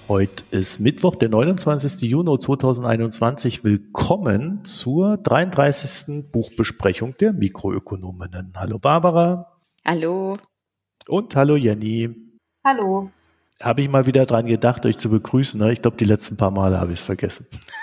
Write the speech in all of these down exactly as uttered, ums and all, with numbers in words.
Heute ist Mittwoch, der neunundzwanzigsten Juni zweitausendeinundzwanzig. Willkommen zur dreiunddreißigsten Buchbesprechung der Mikroökonominnen. Hallo Barbara. Hallo. Und hallo Jenny. Hallo. Habe ich mal wieder dran gedacht, euch zu begrüßen. Ich glaube, die letzten paar Male habe ich es vergessen.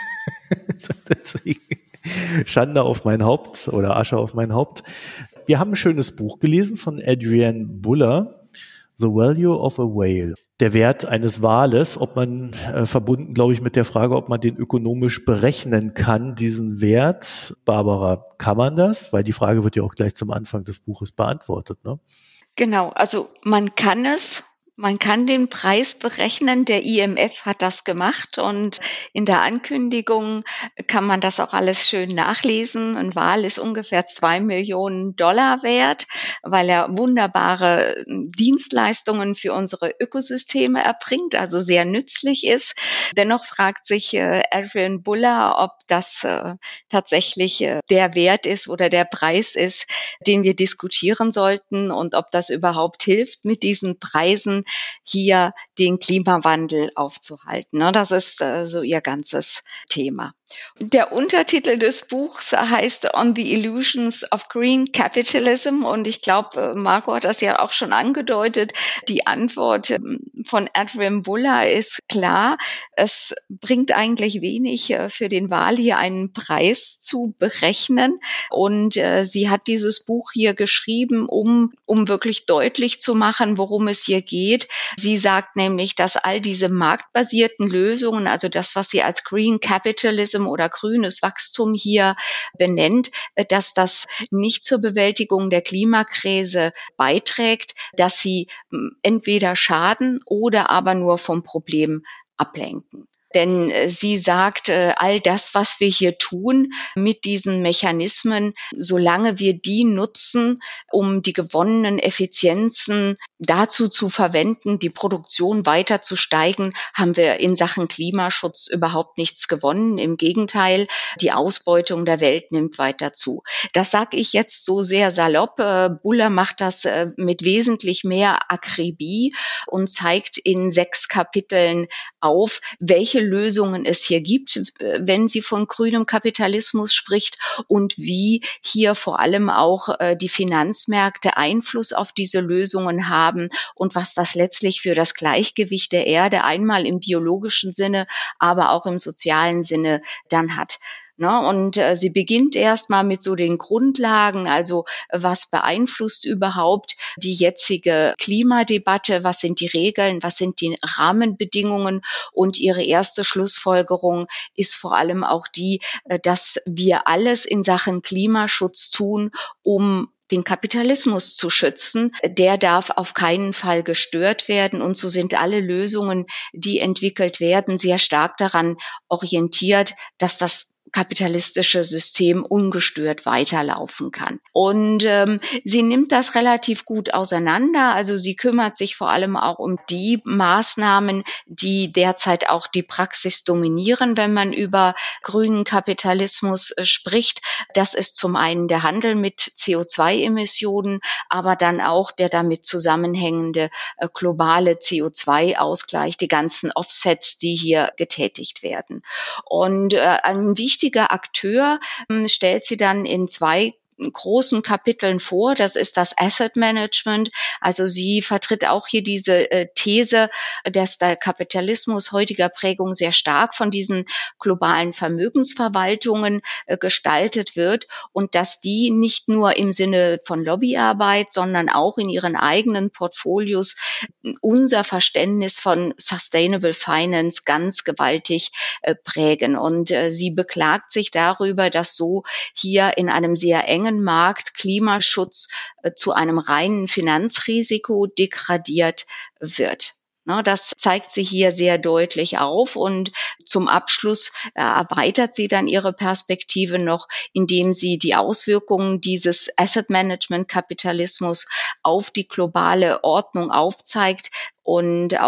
Deswegen Schande auf mein Haupt oder Asche auf mein Haupt. Wir haben ein schönes Buch gelesen von Adrienne Buller, The Value of a Whale. Der Wert eines Wales, ob man äh, verbunden, glaube ich, mit der Frage, ob man den ökonomisch berechnen kann, diesen Wert. Barbara, kann man das? Weil die Frage wird ja auch gleich zum Anfang des Buches beantwortet, ne? Genau, also man kann es. Man kann den Preis berechnen. Der I M F hat das gemacht und in der Ankündigung kann man das auch alles schön nachlesen. Ein Wal ist ungefähr zwei Millionen Dollar wert, weil er wunderbare Dienstleistungen für unsere Ökosysteme erbringt, also sehr nützlich ist. Dennoch fragt sich äh, Adrienne Buller, ob das äh, tatsächlich äh, der Wert ist oder der Preis ist, den wir diskutieren sollten und ob das überhaupt hilft, mit diesen Preisen hier den Klimawandel aufzuhalten. Das ist so ihr ganzes Thema. Der Untertitel des Buchs heißt On the Illusions of Green Capitalism und ich glaube, Marco hat das ja auch schon angedeutet. Die Antwort von Adrienne Buller ist klar. Es bringt eigentlich wenig für den Wal hier einen Preis zu berechnen und sie hat dieses Buch hier geschrieben, um, um wirklich deutlich zu machen, worum es hier geht. Sie sagt nämlich, dass all diese marktbasierten Lösungen, also das, was sie als Green Capitalism oder grünes Wachstum hier benennt, dass das nicht zur Bewältigung der Klimakrise beiträgt, dass sie entweder schaden oder aber nur vom Problem ablenken. Denn sie sagt, all das, was wir hier tun mit diesen Mechanismen, solange wir die nutzen, um die gewonnenen Effizienzen dazu zu verwenden, die Produktion weiter zu steigen, haben wir in Sachen Klimaschutz überhaupt nichts gewonnen. Im Gegenteil, die Ausbeutung der Welt nimmt weiter zu. Das sage ich jetzt so sehr salopp. Buller macht das mit wesentlich mehr Akribie und zeigt in sechs Kapiteln auf, welche Lösungen es hier gibt, wenn sie von grünem Kapitalismus spricht und wie hier vor allem auch äh, die Finanzmärkte Einfluss auf diese Lösungen haben und was das letztlich für das Gleichgewicht der Erde einmal im biologischen Sinne, aber auch im sozialen Sinne dann hat. Ne, und äh, sie beginnt erstmal mit so den Grundlagen, also was beeinflusst überhaupt die jetzige Klimadebatte, was sind die Regeln, was sind die Rahmenbedingungen und ihre erste Schlussfolgerung ist vor allem auch die, äh, dass wir alles in Sachen Klimaschutz tun, um den Kapitalismus zu schützen. Der darf auf keinen Fall gestört werden und so sind alle Lösungen, die entwickelt werden, sehr stark daran orientiert, dass das kapitalistische System ungestört weiterlaufen kann. Und ähm, sie nimmt das relativ gut auseinander. Also sie kümmert sich vor allem auch um die Maßnahmen, die derzeit auch die Praxis dominieren, wenn man über grünen Kapitalismus äh, spricht. Das ist zum einen der Handel mit C O zwei Emissionen, aber dann auch der damit zusammenhängende äh, globale C O zwei Ausgleich, die ganzen Offsets, die hier getätigt werden. Und äh, ein wichtiger Akteur äh, stellt sie dann in zwei großen Kapiteln vor. Das ist das Asset Management. Also sie vertritt auch hier diese äh, These, dass der Kapitalismus heutiger Prägung sehr stark von diesen globalen Vermögensverwaltungen äh, gestaltet wird und dass die nicht nur im Sinne von Lobbyarbeit, sondern auch in ihren eigenen Portfolios unser Verständnis von Sustainable Finance ganz gewaltig äh, prägen. Und äh, sie beklagt sich darüber, dass so hier in einem sehr engen Markt Klimaschutz äh, zu einem reinen Finanzrisiko degradiert wird. Na, das zeigt sie hier sehr deutlich auf und zum Abschluss äh, erweitert sie dann ihre Perspektive noch, indem sie die Auswirkungen dieses Asset Management Kapitalismus auf die globale Ordnung aufzeigt und auch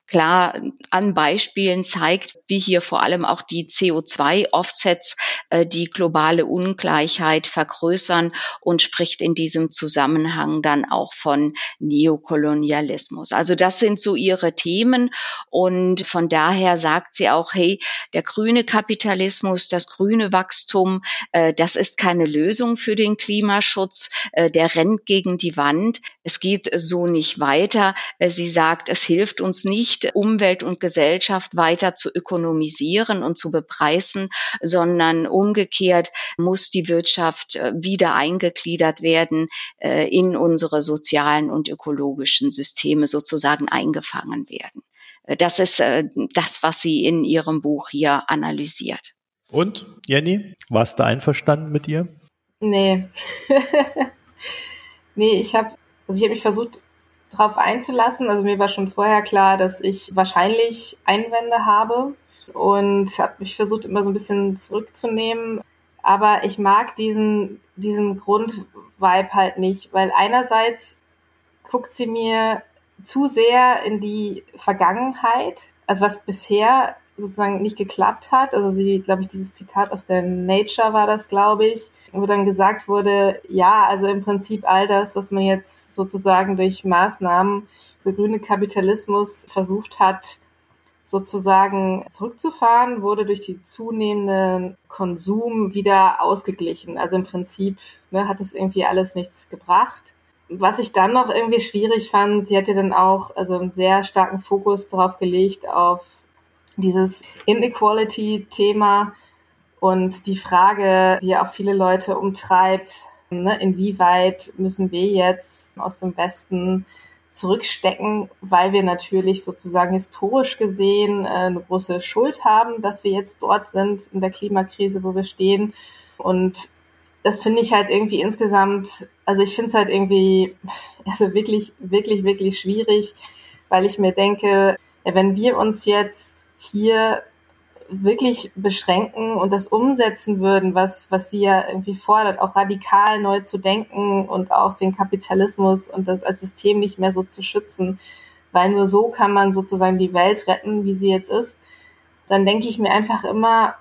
klar an Beispielen zeigt, wie hier vor allem auch die C O zwei Offsets äh, die globale Ungleichheit vergrößern und spricht in diesem Zusammenhang dann auch von Neokolonialismus. Also das sind so ihre Themen und von daher sagt sie auch, hey, der grüne Kapitalismus, das grüne Wachstum, äh, das ist keine Lösung für den Klimaschutz, äh, der rennt gegen die Wand. Es geht so nicht weiter. Äh, sie sagt, es hilft uns nicht, Umwelt und Gesellschaft weiter zu ökonomisieren und zu bepreisen, sondern umgekehrt muss die Wirtschaft wieder eingegliedert werden, in unsere sozialen und ökologischen Systeme sozusagen eingefangen werden. Das ist das, was sie in ihrem Buch hier analysiert. Und, Jenny, warst du einverstanden mit ihr? Nee. nee, ich habe also ich habe mich versucht, drauf einzulassen. Also mir war schon vorher klar, dass ich wahrscheinlich Einwände habe und habe mich versucht, immer so ein bisschen zurückzunehmen. Aber ich mag diesen, diesen Grundvibe halt nicht, weil einerseits guckt sie mir zu sehr in die Vergangenheit, also was bisher sozusagen nicht geklappt hat. Also sie, glaube ich, dieses Zitat aus der Nature war das, glaube ich, wo dann gesagt wurde, ja, also im Prinzip all das, was man jetzt sozusagen durch Maßnahmen, der grüne Kapitalismus versucht hat, sozusagen zurückzufahren, wurde durch die zunehmenden Konsum wieder ausgeglichen. Also im Prinzip ne, hat es irgendwie alles nichts gebracht. Was ich dann noch irgendwie schwierig fand, sie hat ja dann auch also einen sehr starken Fokus darauf gelegt, auf dieses Inequality-Thema und die Frage, die ja auch viele Leute umtreibt, ne, inwieweit müssen wir jetzt aus dem Westen zurückstecken, weil wir natürlich sozusagen historisch gesehen äh, eine große Schuld haben, dass wir jetzt dort sind in der Klimakrise, wo wir stehen. Und das finde ich halt irgendwie insgesamt, also ich finde es halt irgendwie also wirklich, wirklich, wirklich schwierig, weil ich mir denke, ja, wenn wir uns jetzt hier wirklich beschränken und das umsetzen würden, was, was sie ja irgendwie fordert, auch radikal neu zu denken und auch den Kapitalismus und das als System nicht mehr so zu schützen, weil nur so kann man sozusagen die Welt retten, wie sie jetzt ist, dann denke ich mir einfach immer,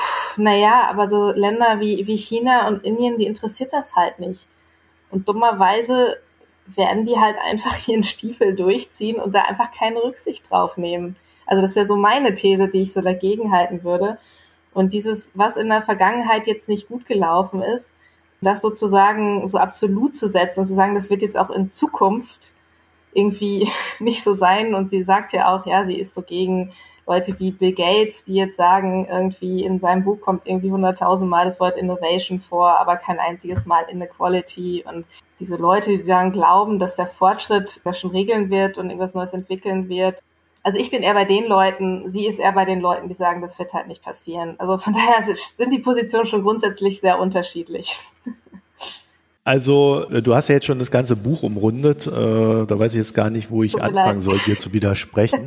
naja, aber so Länder wie, wie China und Indien, die interessiert das halt nicht. Und dummerweise werden die halt einfach ihren Stiefel durchziehen und da einfach keine Rücksicht drauf nehmen. Also das wäre so meine These, die ich so dagegen halten würde. Und dieses, was in der Vergangenheit jetzt nicht gut gelaufen ist, das sozusagen so absolut zu setzen und zu sagen, das wird jetzt auch in Zukunft irgendwie nicht so sein. Und sie sagt ja auch, ja, sie ist so gegen Leute wie Bill Gates, die jetzt sagen, irgendwie in seinem Buch kommt irgendwie hunderttausend Mal das Wort Innovation vor, aber kein einziges Mal Inequality. Und diese Leute, die dann glauben, dass der Fortschritt das schon regeln wird und irgendwas Neues entwickeln wird. Also ich bin eher bei den Leuten, sie ist eher bei den Leuten, die sagen, das wird halt nicht passieren. Also von daher sind die Positionen schon grundsätzlich sehr unterschiedlich. Also du hast ja jetzt schon das ganze Buch umrundet. Äh, da weiß ich jetzt gar nicht, wo ich Tut anfangen soll, dir zu widersprechen.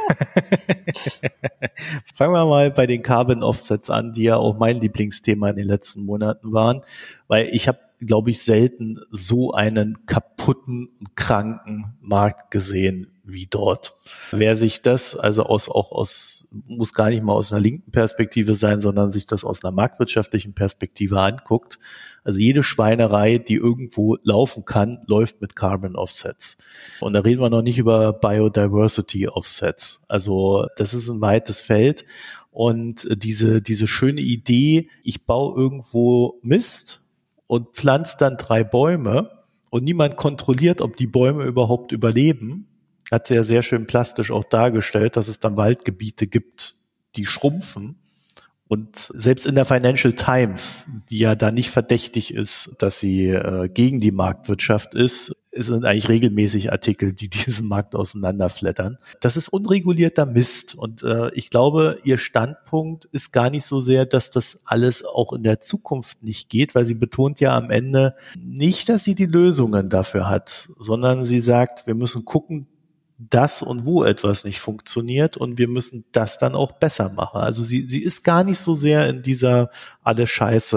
Fangen wir mal bei den Carbon Offsets an, die ja auch mein Lieblingsthema in den letzten Monaten waren. Weil ich habe, glaube ich, selten so einen kaputten, kranken Markt gesehen wie dort. Wer sich das also aus, auch aus, muss gar nicht mal aus einer linken Perspektive sein, sondern sich das aus einer marktwirtschaftlichen Perspektive anguckt. Also jede Schweinerei, die irgendwo laufen kann, läuft mit Carbon Offsets. Und da reden wir noch nicht über Biodiversity Offsets. Also das ist ein weites Feld. Und diese, diese schöne Idee, ich baue irgendwo Mist und pflanze dann drei Bäume und niemand kontrolliert, ob die Bäume überhaupt überleben, hat sie ja sehr schön plastisch auch dargestellt, dass es dann Waldgebiete gibt, die schrumpfen. Und selbst in der Financial Times, die ja da nicht verdächtig ist, dass sie äh, gegen die Marktwirtschaft ist, sind eigentlich regelmäßig Artikel, die diesen Markt auseinanderflattern. Das ist unregulierter Mist. Und äh, ich glaube, ihr Standpunkt ist gar nicht so sehr, dass das alles auch in der Zukunft nicht geht, weil sie betont ja am Ende nicht, dass sie die Lösungen dafür hat, sondern sie sagt, wir müssen gucken, das und wo etwas nicht funktioniert und wir müssen das dann auch besser machen. Also sie, sie ist gar nicht so sehr in dieser alle Scheiße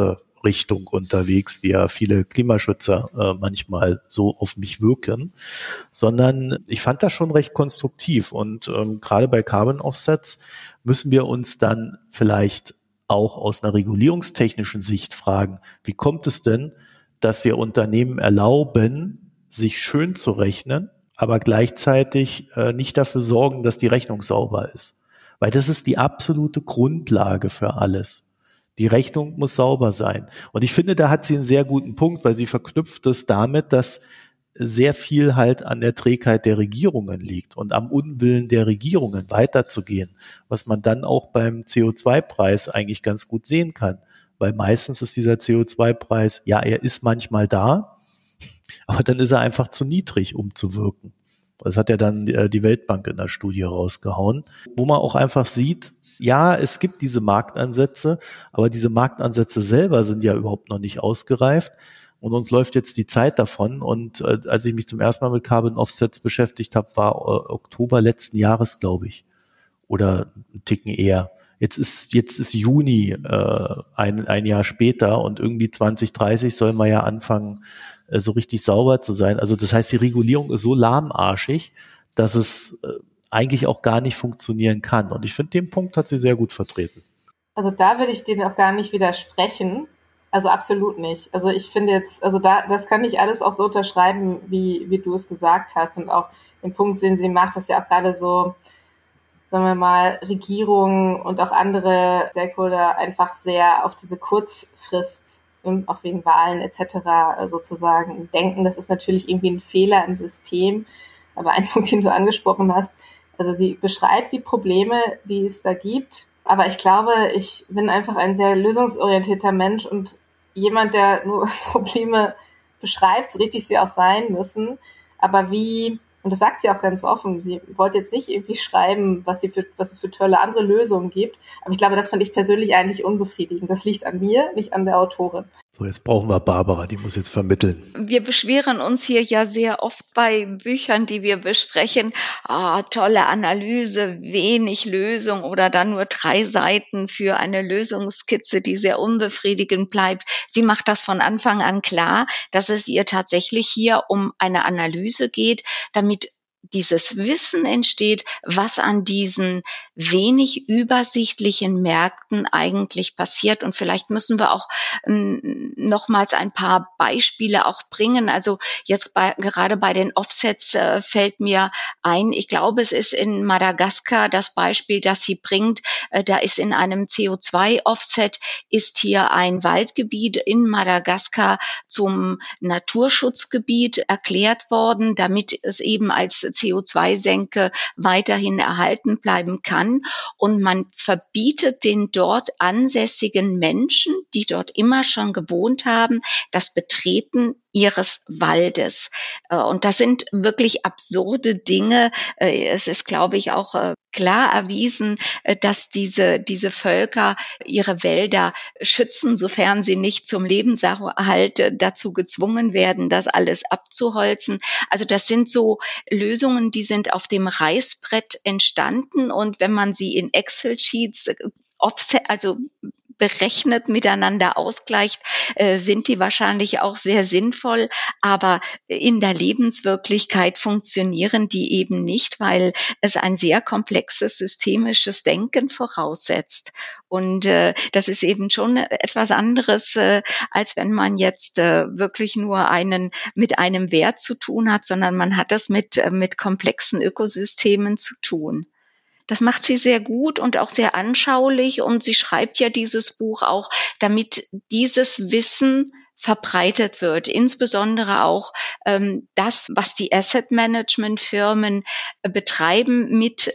Richtung unterwegs, wie ja viele Klimaschützer äh, manchmal so auf mich wirken, sondern ich fand das schon recht konstruktiv. Und ähm, gerade bei Carbon Offsets müssen wir uns dann vielleicht auch aus einer regulierungstechnischen Sicht fragen, wie kommt es denn, dass wir Unternehmen erlauben, sich schön zu rechnen, aber gleichzeitig äh, nicht dafür sorgen, dass die Rechnung sauber ist. Weil das ist die absolute Grundlage für alles. Die Rechnung muss sauber sein. Und ich finde, da hat sie einen sehr guten Punkt, weil sie verknüpft es damit, dass sehr viel halt an der Trägheit der Regierungen liegt und am Unwillen der Regierungen weiterzugehen, was man dann auch beim C O zwei Preis eigentlich ganz gut sehen kann. Weil meistens ist dieser C O zwei Preis, ja, er ist manchmal da, aber dann ist er einfach zu niedrig, um zu wirken. Das hat ja dann die Weltbank in der Studie rausgehauen, wo man auch einfach sieht, ja, es gibt diese Marktansätze, aber diese Marktansätze selber sind ja überhaupt noch nicht ausgereift. Und uns läuft jetzt die Zeit davon. Und äh, als ich mich zum ersten Mal mit Carbon Offsets beschäftigt habe, war äh, Oktober letzten Jahres, glaube ich. Oder ein Ticken eher. Jetzt ist jetzt ist Juni, äh, ein, ein Jahr später, und irgendwie zwanzig dreißig soll man ja anfangen, äh, so richtig sauber zu sein. Also das heißt, die Regulierung ist so lahmarschig, dass es äh, eigentlich auch gar nicht funktionieren kann. Und ich finde, den Punkt hat sie sehr gut vertreten. Also da würde ich denen auch gar nicht widersprechen. Also absolut nicht. Also ich finde jetzt, also da, das kann ich alles auch so unterschreiben, wie, wie du es gesagt hast. Und auch den Punkt, den sie macht, dass ja auch gerade so, sagen wir mal, Regierungen und auch andere Stakeholder einfach sehr auf diese Kurzfrist und auch wegen Wahlen et cetera sozusagen denken. Das ist natürlich irgendwie ein Fehler im System. Aber ein Punkt, den du angesprochen hast, also sie beschreibt die Probleme, die es da gibt. Aber ich glaube, ich bin einfach ein sehr lösungsorientierter Mensch und jemand, der nur Probleme beschreibt, so richtig sie auch sein müssen. Aber wie, und das sagt sie auch ganz offen, sie wollte jetzt nicht irgendwie schreiben, was sie für, was es für tolle andere Lösungen gibt. Aber ich glaube, das fand ich persönlich eigentlich unbefriedigend. Das liegt an mir, nicht an der Autorin. So, jetzt brauchen wir Barbara, die muss jetzt vermitteln. Wir beschweren uns hier ja sehr oft bei Büchern, die wir besprechen, ah, tolle Analyse, wenig Lösung oder dann nur drei Seiten für eine Lösungskizze, die sehr unbefriedigend bleibt. Sie macht das von Anfang an klar, dass es ihr tatsächlich hier um eine Analyse geht, damit dieses Wissen entsteht, was an diesen wenig übersichtlichen Märkten eigentlich passiert. Und vielleicht müssen wir auch ähm, nochmals ein paar Beispiele auch bringen. Also jetzt bei, gerade bei den Offsets äh, fällt mir ein, ich glaube, es ist in Madagaskar das Beispiel, das sie bringt. Äh, da ist in einem C O zwei Offset ist hier ein Waldgebiet in Madagaskar zum Naturschutzgebiet erklärt worden, damit es eben als C O zwei Senke weiterhin erhalten bleiben kann. Und man verbietet den dort ansässigen Menschen, die dort immer schon gewohnt haben, das Betreten ihres Waldes. Und das sind wirklich absurde Dinge. Es ist, glaube ich, auch klar erwiesen, dass diese, diese Völker ihre Wälder schützen, sofern sie nicht zum Lebenserhalt dazu gezwungen werden, das alles abzuholzen. Also das sind so Lösungen, die sind auf dem Reißbrett entstanden. Und wenn man sie in Excel-Sheets offset, also berechnet miteinander ausgleicht, äh, sind die wahrscheinlich auch sehr sinnvoll, aber in der Lebenswirklichkeit funktionieren die eben nicht, weil es ein sehr komplexes systemisches Denken voraussetzt. Und äh, das ist eben schon etwas anderes, äh, als wenn man jetzt äh, wirklich nur einen mit einem Wert zu tun hat, sondern man hat das mit, äh, mit komplexen Ökosystemen zu tun. Das macht sie sehr gut und auch sehr anschaulich, und sie schreibt ja dieses Buch auch, damit dieses Wissen verbreitet wird, insbesondere auch ähm, das, was die Asset-Management-Firmen äh, betreiben mit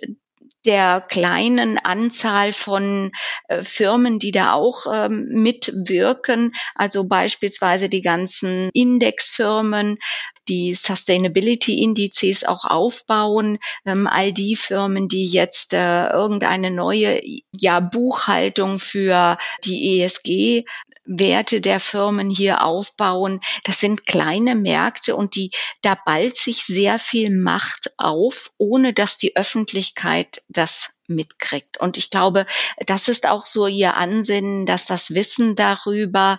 der kleinen Anzahl von äh, Firmen, die da auch ähm, mitwirken, also beispielsweise die ganzen Indexfirmen, die Sustainability-Indizes auch aufbauen, ähm, all die Firmen, die jetzt äh, irgendeine neue ja, Buchhaltung für die E S G Werte der Firmen hier aufbauen. Das sind kleine Märkte und die, da ballt sich sehr viel Macht auf, ohne dass die Öffentlichkeit das mitkriegt. Und ich glaube, das ist auch so ihr Ansinnen, dass das Wissen darüber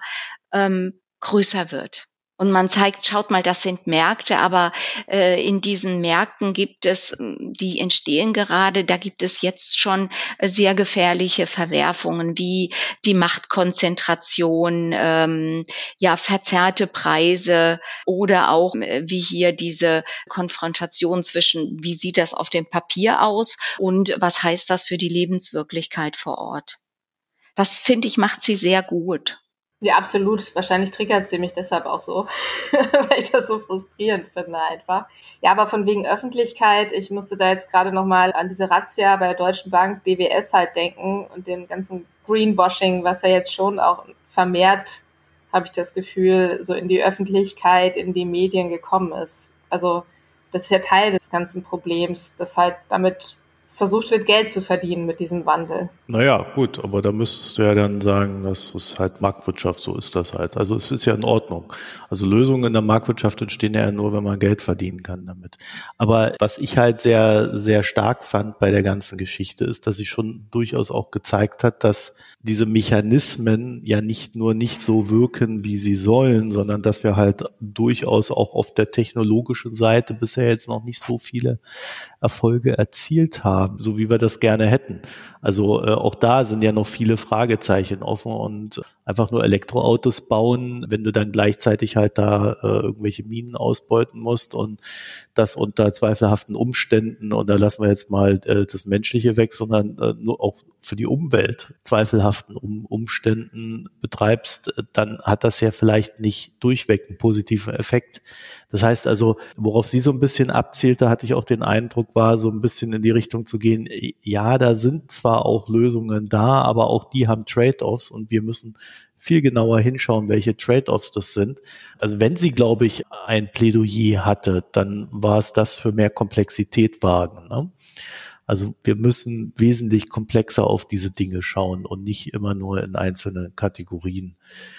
ähm, größer wird. Und man zeigt, schaut mal, das sind Märkte, aber äh, in diesen Märkten gibt es, die entstehen gerade, da gibt es jetzt schon sehr gefährliche Verwerfungen wie die Machtkonzentration, ähm, ja, verzerrte Preise oder auch äh, wie hier diese Konfrontation zwischen, wie sieht das auf dem Papier aus und was heißt das für die Lebenswirklichkeit vor Ort. Das, finde ich, macht sie sehr gut. Ja, absolut. Wahrscheinlich triggert sie mich deshalb auch so, weil ich das so frustrierend finde einfach. Ja, aber von wegen Öffentlichkeit, ich musste da jetzt gerade nochmal an diese Razzia bei der Deutschen Bank, D W S halt denken und den ganzen Greenwashing, was ja jetzt schon auch vermehrt, habe ich das Gefühl, so in die Öffentlichkeit, in die Medien gekommen ist. Also das ist ja Teil des ganzen Problems, dass halt damit versucht wird, Geld zu verdienen mit diesem Wandel. Naja, gut, aber da müsstest du ja dann sagen, das ist halt Marktwirtschaft, so ist das halt. Also es ist ja in Ordnung. Also Lösungen in der Marktwirtschaft entstehen ja nur, wenn man Geld verdienen kann damit. Aber was ich halt sehr, sehr stark fand bei der ganzen Geschichte ist, dass sie schon durchaus auch gezeigt hat, dass diese Mechanismen ja nicht nur nicht so wirken, wie sie sollen, sondern dass wir halt durchaus auch auf der technologischen Seite bisher jetzt noch nicht so viele Erfolge erzielt haben, so wie wir das gerne hätten. Also äh, auch da sind ja noch viele Fragezeichen offen und einfach nur Elektroautos bauen, wenn du dann gleichzeitig halt da äh, irgendwelche Minen ausbeuten musst und das unter zweifelhaften Umständen, und da lassen wir jetzt mal äh, das Menschliche weg, sondern äh, nur auch für die Umwelt zweifelhaften um, Umständen betreibst, dann hat das ja vielleicht nicht durchweg einen positiven Effekt. Das heißt also, worauf sie so ein bisschen abzielte, hatte ich auch den Eindruck, war so ein bisschen in die Richtung zu gehen, ja, da sind zwar auch Lösungen da, aber auch die haben Trade-offs und wir müssen viel genauer hinschauen, welche Trade-offs das sind. Also wenn sie, glaube ich, ein Plädoyer hatte, dann war es das für mehr Komplexität wagen, ne? Also wir müssen wesentlich komplexer auf diese Dinge schauen und nicht immer nur in einzelne Kategorien.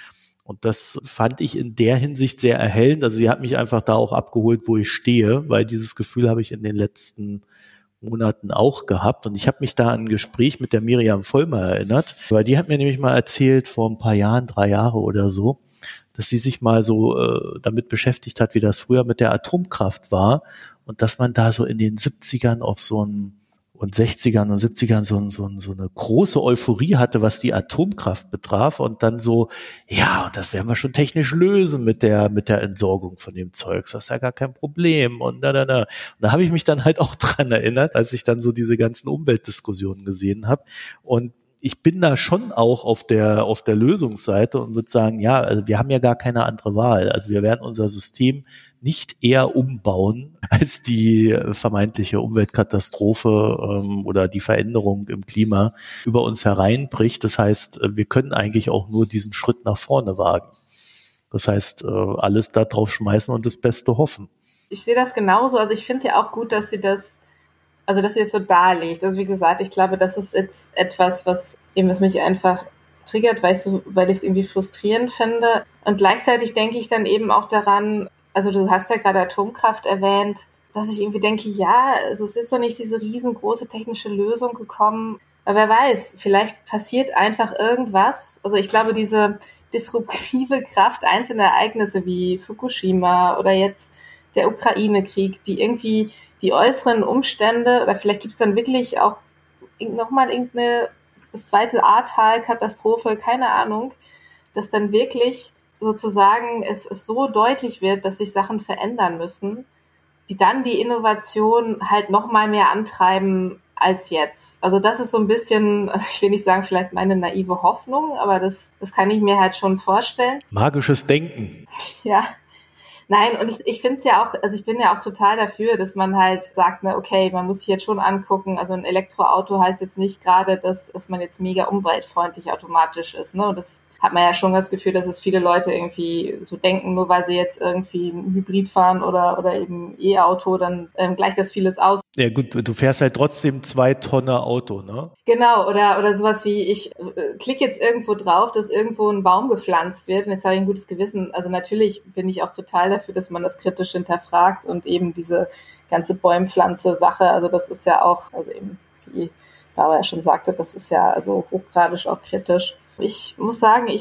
Und das fand ich in der Hinsicht sehr erhellend. Also sie hat mich einfach da auch abgeholt, wo ich stehe, weil dieses Gefühl habe ich in den letzten Monaten auch gehabt. Und ich habe mich da an ein Gespräch mit der Miriam Vollmer erinnert, weil die hat mir nämlich mal erzählt, vor ein paar Jahren, drei Jahre oder so, dass sie sich mal so äh, damit beschäftigt hat, wie das früher mit der Atomkraft war und dass man da so in den siebzigern auch so ein und sechzigern und siebzigern so, so, so eine große Euphorie hatte, was die Atomkraft betraf und dann so, ja, und das werden wir schon technisch lösen mit der mit der Entsorgung von dem Zeugs, das ist ja gar kein Problem und da, da, da. Und da habe ich mich dann halt auch dran erinnert, als ich dann so diese ganzen Umweltdiskussionen gesehen habe und ich bin da schon auch auf der auf der Lösungsseite und würde sagen, ja, also wir haben ja gar keine andere Wahl. Also wir werden unser System nicht eher umbauen, als die vermeintliche Umweltkatastrophe ähm, oder die Veränderung im Klima über uns hereinbricht. Das heißt, wir können eigentlich auch nur diesen Schritt nach vorne wagen. Das heißt, alles da drauf schmeißen und das Beste hoffen. Ich sehe das genauso. Also ich finde es ja auch gut, dass sie das Also, dass sie das so darlegt. Also, wie gesagt, ich glaube, das ist jetzt etwas, was eben, was mich einfach triggert, weil ich so, weil ich es irgendwie frustrierend finde. Und gleichzeitig denke ich dann eben auch daran, also du hast ja gerade Atomkraft erwähnt, dass ich irgendwie denke, ja, es ist doch nicht diese riesengroße technische Lösung gekommen. Aber wer weiß, vielleicht passiert einfach irgendwas. Also ich glaube, diese disruptive Kraft einzelner Ereignisse wie Fukushima oder jetzt der Ukraine-Krieg, die irgendwie die äußeren Umstände, oder vielleicht gibt es dann wirklich auch nochmal irgendeine das zweite Ahrtal-Katastrophe, keine Ahnung, dass dann wirklich sozusagen es, es so deutlich wird, dass sich Sachen verändern müssen, die dann die Innovation halt nochmal mehr antreiben als jetzt. Also das ist so ein bisschen, also ich will nicht sagen, vielleicht meine naive Hoffnung, aber das, das kann ich mir halt schon vorstellen. Magisches Denken. Ja. Nein, und ich, ich finde es ja auch, also ich bin ja auch total dafür, dass man halt sagt, ne, okay, man muss sich jetzt schon angucken, also ein Elektroauto heißt jetzt nicht gerade, dass, dass man jetzt mega umweltfreundlich automatisch ist, ne, und das hat man ja schon das Gefühl, dass es viele Leute irgendwie so denken, nur weil sie jetzt irgendwie ein Hybrid fahren oder, oder eben E-Auto, dann ähm, gleicht das vieles aus. Ja gut, du fährst halt trotzdem zwei Tonner Auto, ne? Genau, oder oder sowas wie, ich äh, klicke jetzt irgendwo drauf, dass irgendwo ein Baum gepflanzt wird und jetzt habe ich ein gutes Gewissen. Also natürlich bin ich auch total dafür, dass man das kritisch hinterfragt und eben diese ganze Bäumpflanze-Sache, also das ist ja auch, also eben, wie Barbara ja schon sagte, das ist ja also hochgradig auch kritisch. Ich muss sagen, ich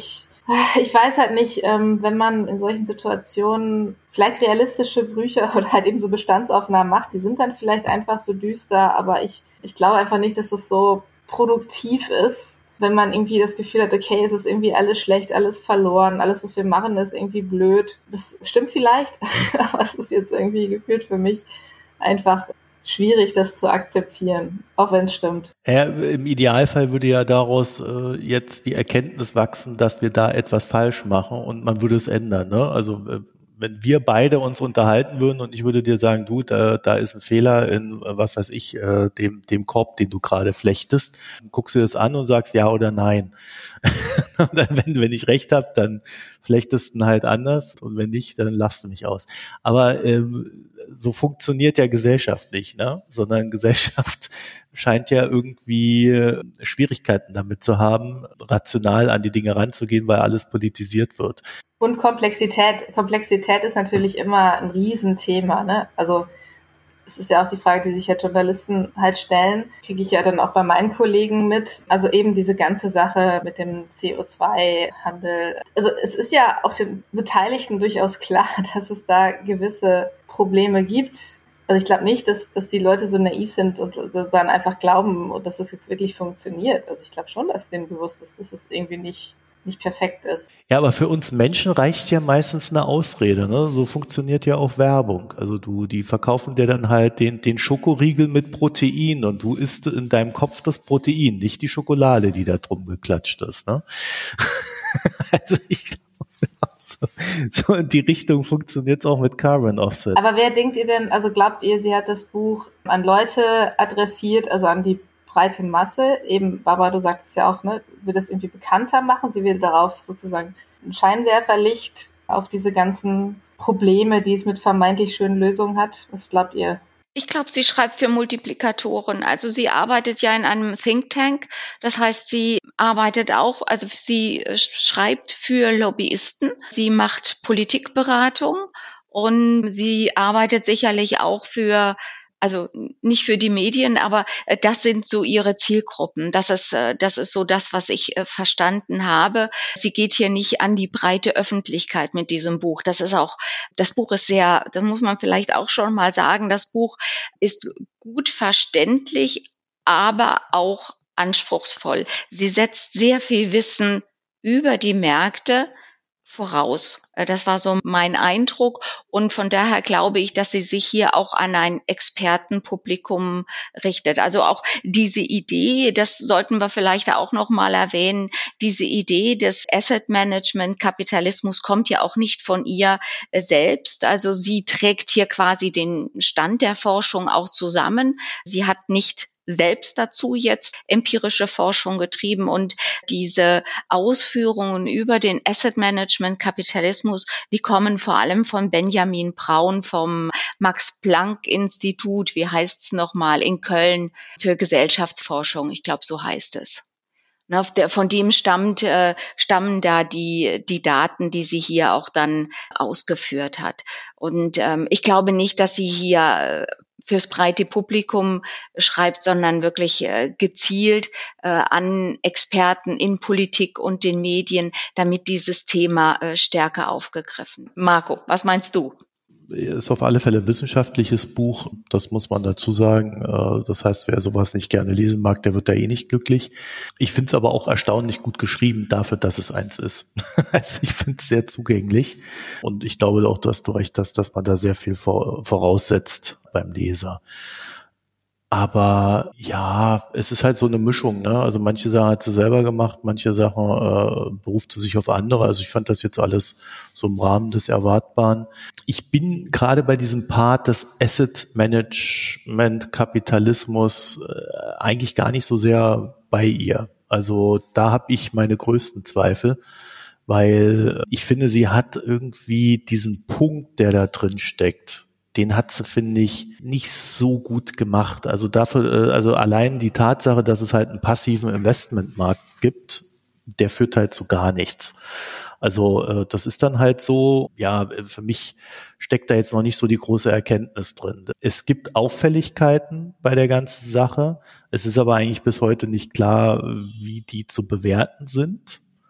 Ich weiß halt nicht, ähm, wenn man in solchen Situationen vielleicht realistische Bücher oder halt eben so Bestandsaufnahmen macht, die sind dann vielleicht einfach so düster, aber ich, ich glaube einfach nicht, dass es so produktiv ist, wenn man irgendwie das Gefühl hat, okay, es ist irgendwie alles schlecht, alles verloren, alles, was wir machen, ist irgendwie blöd. Das stimmt vielleicht, aber es ist jetzt irgendwie gefühlt für mich einfach schwierig, das zu akzeptieren, auch wenn es stimmt. Ja, im Idealfall würde ja daraus äh, jetzt die Erkenntnis wachsen, dass wir da etwas falsch machen und man würde es ändern. Ne? Also äh, wenn wir beide uns unterhalten würden und ich würde dir sagen, du, da, da ist ein Fehler in, äh, was weiß ich, äh, dem, dem Korb, den du gerade flechtest, guckst du das an und sagst ja oder nein. Und dann, wenn, wenn ich recht habe, dann flechtest du ihn halt anders und wenn nicht, dann lachst du mich aus. Aber ähm, so funktioniert ja Gesellschaft nicht, ne? Sondern Gesellschaft scheint ja irgendwie Schwierigkeiten damit zu haben, rational an die Dinge ranzugehen, weil alles politisiert wird. Und Komplexität. Komplexität ist natürlich immer ein Riesenthema, ne? Also es ist ja auch die Frage, die sich ja Journalisten halt stellen, kriege ich ja dann auch bei meinen Kollegen mit. Also eben diese ganze Sache mit dem C O zwei Handel. Also es ist ja auch den Beteiligten durchaus klar, dass es da gewisse Probleme gibt. Also ich glaube nicht, dass, dass die Leute so naiv sind und dann einfach glauben, dass das jetzt wirklich funktioniert. Also ich glaube schon, dass denen bewusst ist, dass es irgendwie nicht nicht perfekt ist. Ja, aber für uns Menschen reicht ja meistens eine Ausrede, ne? So funktioniert ja auch Werbung. Also du, die verkaufen dir dann halt den, den Schokoriegel mit Protein und du isst in deinem Kopf das Protein, nicht die Schokolade, die da drum geklatscht ist, ne? Also ich glaube, so, so in die Richtung funktioniert es auch mit Carbon Offset. Aber wer denkt ihr denn, also glaubt ihr, sie hat das Buch an Leute adressiert, also an die breite Masse, eben, Barbara, du sagtest ja auch, ne, will das irgendwie bekannter machen, sie will darauf sozusagen ein Scheinwerferlicht auf diese ganzen Probleme, die es mit vermeintlich schönen Lösungen hat. Was glaubt ihr? Ich glaube, sie schreibt für Multiplikatoren. Also sie arbeitet ja in einem Think Tank. Das heißt, sie arbeitet auch, also sie schreibt für Lobbyisten. Sie macht Politikberatung und sie arbeitet sicherlich auch für Also nicht für die Medien, aber das sind so ihre Zielgruppen. Das ist, das ist so das, was ich verstanden habe. Sie geht hier nicht an die breite Öffentlichkeit mit diesem Buch. Das ist auch, das Buch ist sehr, das muss man vielleicht auch schon mal sagen, das Buch ist gut verständlich, aber auch anspruchsvoll. Sie setzt sehr viel Wissen über die Märkte voraus. Das war so mein Eindruck und von daher glaube ich, dass sie sich hier auch an ein Expertenpublikum richtet. Also auch diese Idee, das sollten wir vielleicht auch noch mal erwähnen, diese Idee des Asset Management Kapitalismus kommt ja auch nicht von ihr selbst. Also sie trägt hier quasi den Stand der Forschung auch zusammen. Sie hat nicht selbst dazu jetzt empirische Forschung getrieben und diese Ausführungen über den Asset Management Kapitalismus, die kommen vor allem von Benjamin Braun vom Max-Planck-Institut, wie heißt es nochmal, in Köln für Gesellschaftsforschung, ich glaube, so heißt es. Von dem stammt, äh, stammen da die, die Daten, die sie hier auch dann ausgeführt hat. Und ähm, ich glaube nicht, dass sie hier äh, fürs breite Publikum schreibt, sondern wirklich äh, gezielt äh, an Experten in Politik und den Medien, damit dieses Thema äh, stärker aufgegriffen. Marco, was meinst du? Ist auf alle Fälle ein wissenschaftliches Buch, das muss man dazu sagen. Das heißt, wer sowas nicht gerne lesen mag, der wird da eh nicht glücklich. Ich finde es aber auch erstaunlich gut geschrieben dafür, dass es eins ist. Also ich finde es sehr zugänglich und ich glaube auch, dass du recht hast, dass man da sehr viel voraussetzt beim Leser. Aber ja, es ist halt so eine Mischung, ne? Also manche Sachen hat sie selber gemacht, manche Sachen äh, beruft sie sich auf andere. Also ich fand das jetzt alles so im Rahmen des Erwartbaren. Ich bin gerade bei diesem Part des Asset Management Kapitalismus äh, eigentlich gar nicht so sehr bei ihr. Also da habe ich meine größten Zweifel, weil ich finde, sie hat irgendwie diesen Punkt, der da drin steckt. Den hat sie, finde ich, nicht so gut gemacht. Also dafür, also allein die Tatsache, dass es halt einen passiven Investmentmarkt gibt, der führt halt zu gar nichts. Also das ist dann halt so, ja, für mich steckt da jetzt noch nicht so die große Erkenntnis drin. Es gibt Auffälligkeiten bei der ganzen Sache. Es ist aber eigentlich bis heute nicht klar, wie die zu bewerten sind.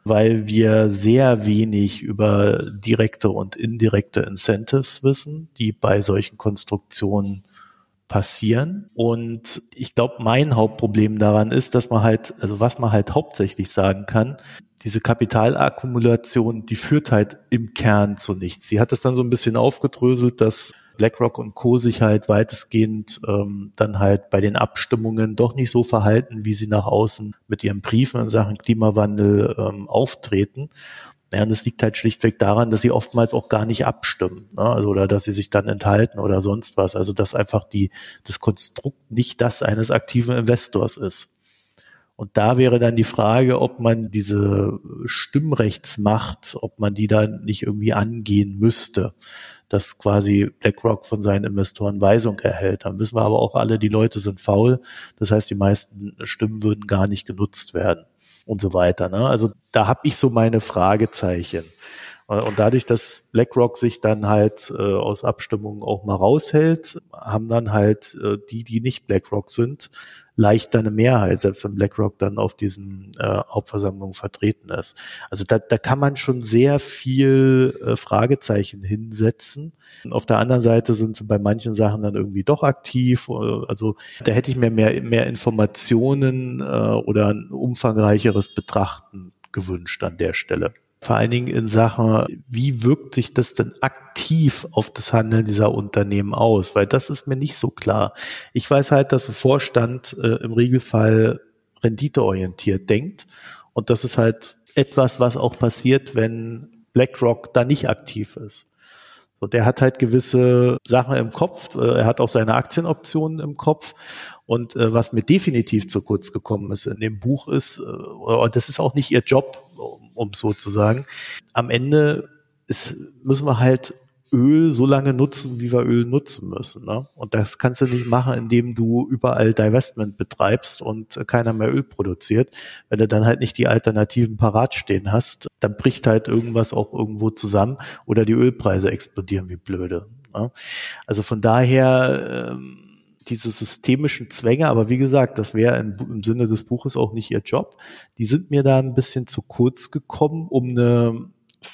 weil wir sehr wenig über direkte und indirekte Incentives wissen, die bei solchen Konstruktionen passieren. Und ich glaube, mein Hauptproblem daran ist, dass man halt, also was man halt hauptsächlich sagen kann, diese Kapitalakkumulation, die führt halt im Kern zu nichts. Sie hat es dann so ein bisschen aufgedröselt, dass BlackRock und Co. sich halt weitestgehend ähm, dann halt bei den Abstimmungen doch nicht so verhalten, wie sie nach außen mit ihren Briefen in Sachen Klimawandel ähm, auftreten. Ja, und das liegt halt schlichtweg daran, dass sie oftmals auch gar nicht abstimmen, ne? Also, oder dass sie sich dann enthalten oder sonst was. Also dass einfach die das Konstrukt nicht das eines aktiven Investors ist. Und da wäre dann die Frage, ob man diese Stimmrechtsmacht, ob man die dann nicht irgendwie angehen müsste, dass quasi BlackRock von seinen Investoren Weisung erhält. Dann wissen wir aber auch alle, die Leute sind faul. Das heißt, die meisten Stimmen würden gar nicht genutzt werden und so weiter, ne? Also da habe ich so meine Fragezeichen. Und dadurch, dass BlackRock sich dann halt äh, aus Abstimmungen auch mal raushält, haben dann halt äh, die, die nicht BlackRock sind, leichter eine Mehrheit, selbst wenn BlackRock dann auf diesen äh, Hauptversammlungen vertreten ist. Also da, da kann man schon sehr viel äh, Fragezeichen hinsetzen. Und auf der anderen Seite sind sie bei manchen Sachen dann irgendwie doch aktiv. Also da hätte ich mir mehr, mehr Informationen äh, oder ein umfangreicheres Betrachten gewünscht an der Stelle. Vor allen Dingen in Sachen, wie wirkt sich das denn aktiv auf das Handeln dieser Unternehmen aus? Weil das ist mir nicht so klar. Ich weiß halt, dass der Vorstand äh, im Regelfall renditeorientiert denkt. Und das ist halt etwas, was auch passiert, wenn BlackRock da nicht aktiv ist. So, der hat halt gewisse Sachen im Kopf. Äh, er hat auch seine Aktienoptionen im Kopf. Und äh, was mir definitiv zu kurz gekommen ist in dem Buch ist, äh, und das ist auch nicht ihr Job, um so zu sagen. Am Ende ist, müssen wir halt Öl so lange nutzen, wie wir Öl nutzen müssen, ne? Und das kannst du nicht machen, indem du überall Divestment betreibst und keiner mehr Öl produziert. Wenn du dann halt nicht die Alternativen parat stehen hast, dann bricht halt irgendwas auch irgendwo zusammen oder die Ölpreise explodieren wie blöde, ne? Also von daher ähm, diese systemischen Zwänge, aber wie gesagt, das wäre im, im Sinne des Buches auch nicht ihr Job. Die sind mir da ein bisschen zu kurz gekommen, um eine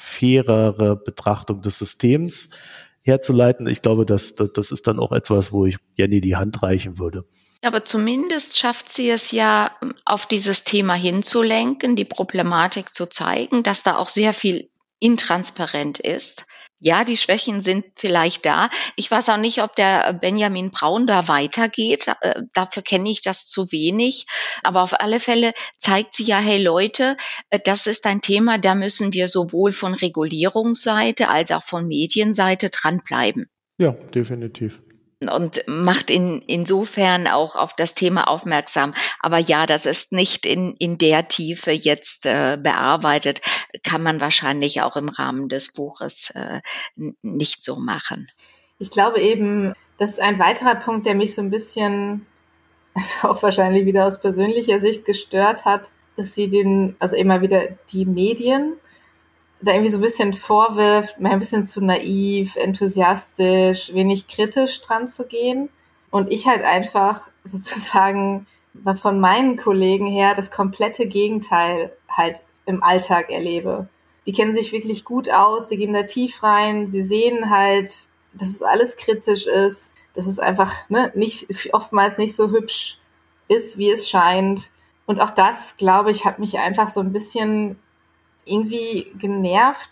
fairere Betrachtung des Systems herzuleiten. Ich glaube, das, das, das ist dann auch etwas, wo ich Jenny die Hand reichen würde. Aber zumindest schafft sie es ja, auf dieses Thema hinzulenken, die Problematik zu zeigen, dass da auch sehr viel intransparent ist. Ja, die Schwächen sind vielleicht da. Ich weiß auch nicht, ob der Benjamin Braun da weitergeht. Äh, dafür kenne ich das zu wenig. Aber auf alle Fälle zeigt sie ja, hey Leute, äh, das ist ein Thema, da müssen wir sowohl von Regulierungsseite als auch von Medienseite dranbleiben. Ja, definitiv. Und macht in, insofern auch auf das Thema aufmerksam. Aber ja, das ist nicht in, in der Tiefe jetzt äh, bearbeitet, kann man wahrscheinlich auch im Rahmen des Buches äh, nicht so machen. Ich glaube eben, das ist ein weiterer Punkt, der mich so ein bisschen auch wahrscheinlich wieder aus persönlicher Sicht gestört hat, dass sie den, also immer wieder die Medien da irgendwie so ein bisschen vorwirft, mal ein bisschen zu naiv, enthusiastisch, wenig kritisch dran zu gehen. Und ich halt einfach sozusagen von meinen Kollegen her das komplette Gegenteil halt im Alltag erlebe. Die kennen sich wirklich gut aus, die gehen da tief rein, sie sehen halt, dass es alles kritisch ist, dass es einfach ne, nicht oftmals nicht so hübsch ist, wie es scheint. Und auch das, glaube ich, hat mich einfach so ein bisschen irgendwie genervt,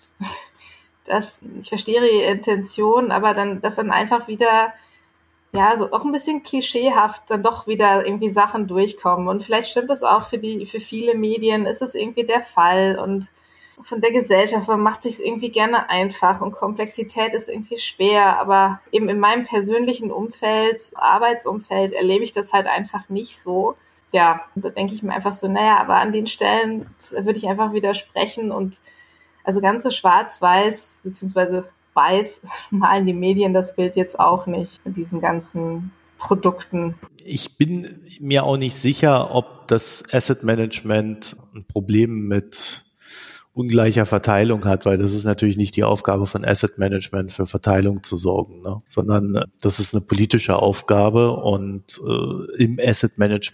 dass ich verstehe ihre Intention, aber dann, dass dann einfach wieder, ja, so auch ein bisschen klischeehaft dann doch wieder irgendwie Sachen durchkommen. Und vielleicht stimmt es auch für die, für viele Medien ist es irgendwie der Fall und von der Gesellschaft, man macht sich irgendwie gerne einfach und Komplexität ist irgendwie schwer, aber eben in meinem persönlichen Umfeld, Arbeitsumfeld erlebe ich das halt einfach nicht so. Ja, da denke ich mir einfach so, naja, aber an den Stellen würde ich einfach widersprechen und also ganz so schwarz-weiß, beziehungsweise weiß, malen die Medien das Bild jetzt auch nicht mit diesen ganzen Produkten. Ich bin mir auch nicht sicher, ob das Asset Management ein Problem mit ungleicher Verteilung hat, weil das ist natürlich nicht die Aufgabe von Asset Management, für Verteilung zu sorgen, ne? Sondern das ist eine politische Aufgabe und äh, im Asset Management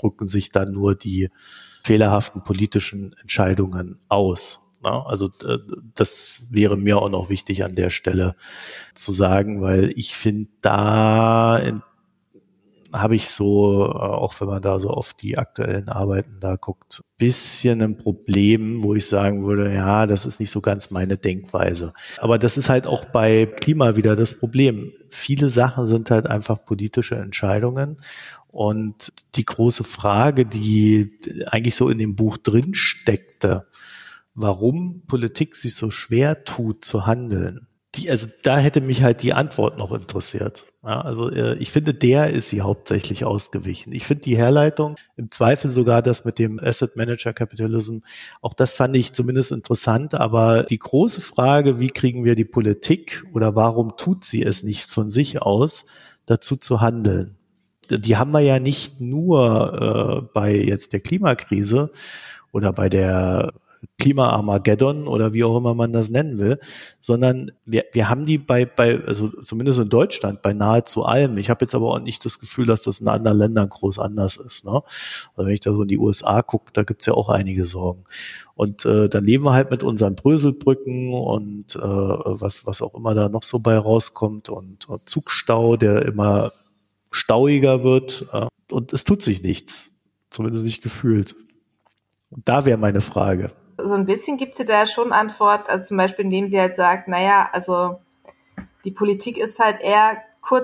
drücken sich dann nur die fehlerhaften politischen Entscheidungen aus. Na, also äh, das wäre mir auch noch wichtig an der Stelle zu sagen, weil ich finde, da in habe ich so, auch wenn man da so auf die aktuellen Arbeiten da guckt, bisschen ein Problem, wo ich sagen würde, ja, das ist nicht so ganz meine Denkweise. Aber das ist halt auch bei Klima wieder das Problem. Viele Sachen sind halt einfach politische Entscheidungen. Und die große Frage, die eigentlich so in dem Buch drin steckte, warum Politik sich so schwer tut zu handeln, Die, also da hätte mich halt die Antwort noch interessiert. Ja, also äh, ich finde, der ist sie hauptsächlich ausgewichen. Ich finde die Herleitung, im Zweifel sogar das mit dem Asset Manager Capitalism, auch das fand ich zumindest interessant, aber die große Frage, wie kriegen wir die Politik oder warum tut sie es nicht von sich aus, dazu zu handeln? Die haben wir ja nicht nur äh, bei jetzt der Klimakrise oder bei der Klima-Armageddon oder wie auch immer man das nennen will, sondern wir, wir haben die bei, bei, also zumindest in Deutschland, bei nahezu allem. Ich habe jetzt aber auch nicht das Gefühl, dass das in anderen Ländern groß anders ist. Ne? Also wenn ich da so in die U S A gucke, da gibt's ja auch einige Sorgen. Und äh, dann leben wir halt mit unseren Bröselbrücken und äh, was, was auch immer da noch so bei rauskommt und, und Zugstau, der immer stauiger wird. Äh, und es tut sich nichts, zumindest nicht gefühlt. Und da wäre meine Frage. So ein bisschen gibt sie da schon Antwort, also zum Beispiel, indem sie halt sagt, naja, also die Politik ist halt eher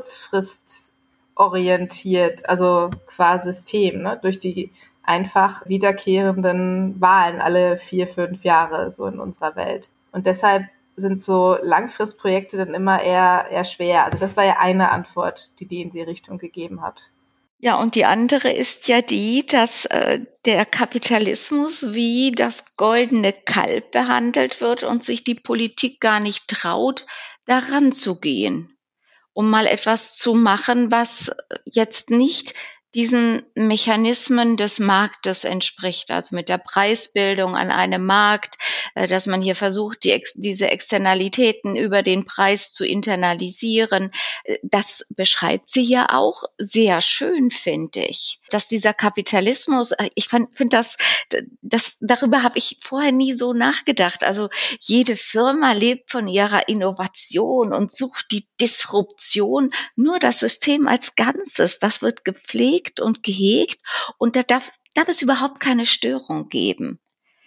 kurzfristorientiert, also qua System, ne, durch die einfach wiederkehrenden Wahlen alle vier, fünf Jahre so in unserer Welt. Und deshalb sind so Langfristprojekte dann immer eher, eher schwer. Also das war ja eine Antwort, die die in die Richtung gegeben hat. Ja, und die andere ist ja die, dass äh, der Kapitalismus wie das goldene Kalb behandelt wird und sich die Politik gar nicht traut, daran zu gehen, um mal etwas zu machen, was jetzt nicht diesen Mechanismen des Marktes entspricht, also mit der Preisbildung an einem Markt, dass man hier versucht, die, diese Externalitäten über den Preis zu internalisieren. Das beschreibt sie ja auch sehr schön, finde ich. Dass dieser Kapitalismus, ich finde das, das, darüber habe ich vorher nie so nachgedacht. Also jede Firma lebt von ihrer Innovation und sucht die Disruption, nur das System als Ganzes, das wird gepflegt und gehegt und da darf, darf es überhaupt keine Störung geben.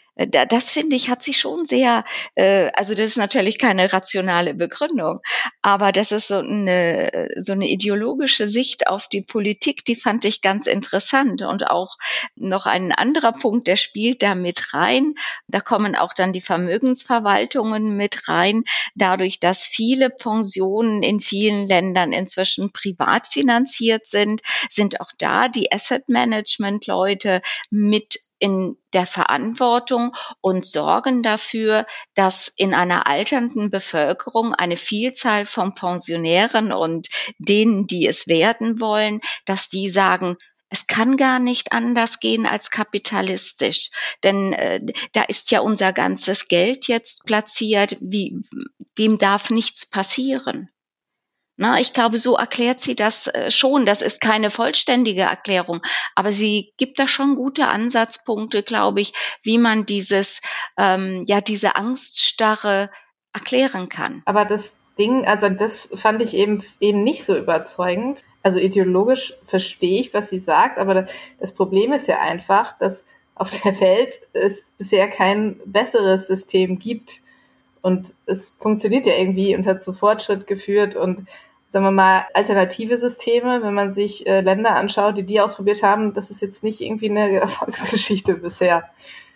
Das, finde ich, hat sie schon sehr, äh, also das ist natürlich keine rationale Begründung, aber das ist so eine, so eine ideologische Sicht auf die Politik, die fand ich ganz interessant. Und auch noch ein anderer Punkt, der spielt da mit rein, da kommen auch dann die Vermögensverwaltungen mit rein, dadurch, dass viele Pensionen in vielen Ländern inzwischen privat finanziert sind, sind auch da die Asset-Management-Leute mit in der Verantwortung und sorgen dafür, dass in einer alternden Bevölkerung eine Vielzahl von Pensionären und denen, die es werden wollen, dass die sagen, es kann gar nicht anders gehen als kapitalistisch, denn äh, da ist ja unser ganzes Geld jetzt platziert, wie, dem darf nichts passieren. Na, ich glaube, so erklärt sie das äh, schon. Das ist keine vollständige Erklärung, aber sie gibt da schon gute Ansatzpunkte, glaube ich, wie man dieses, ähm, ja, diese Angststarre erklären kann. Aber das Ding, also das fand ich eben eben nicht so überzeugend. Also ideologisch verstehe ich, was sie sagt, aber das Problem ist ja einfach, dass auf der Welt es bisher kein besseres System gibt und es funktioniert ja irgendwie und hat zu Fortschritt geführt und sagen wir mal, alternative Systeme, wenn man sich äh, Länder anschaut, die die ausprobiert haben, das ist jetzt nicht irgendwie eine Erfolgsgeschichte bisher.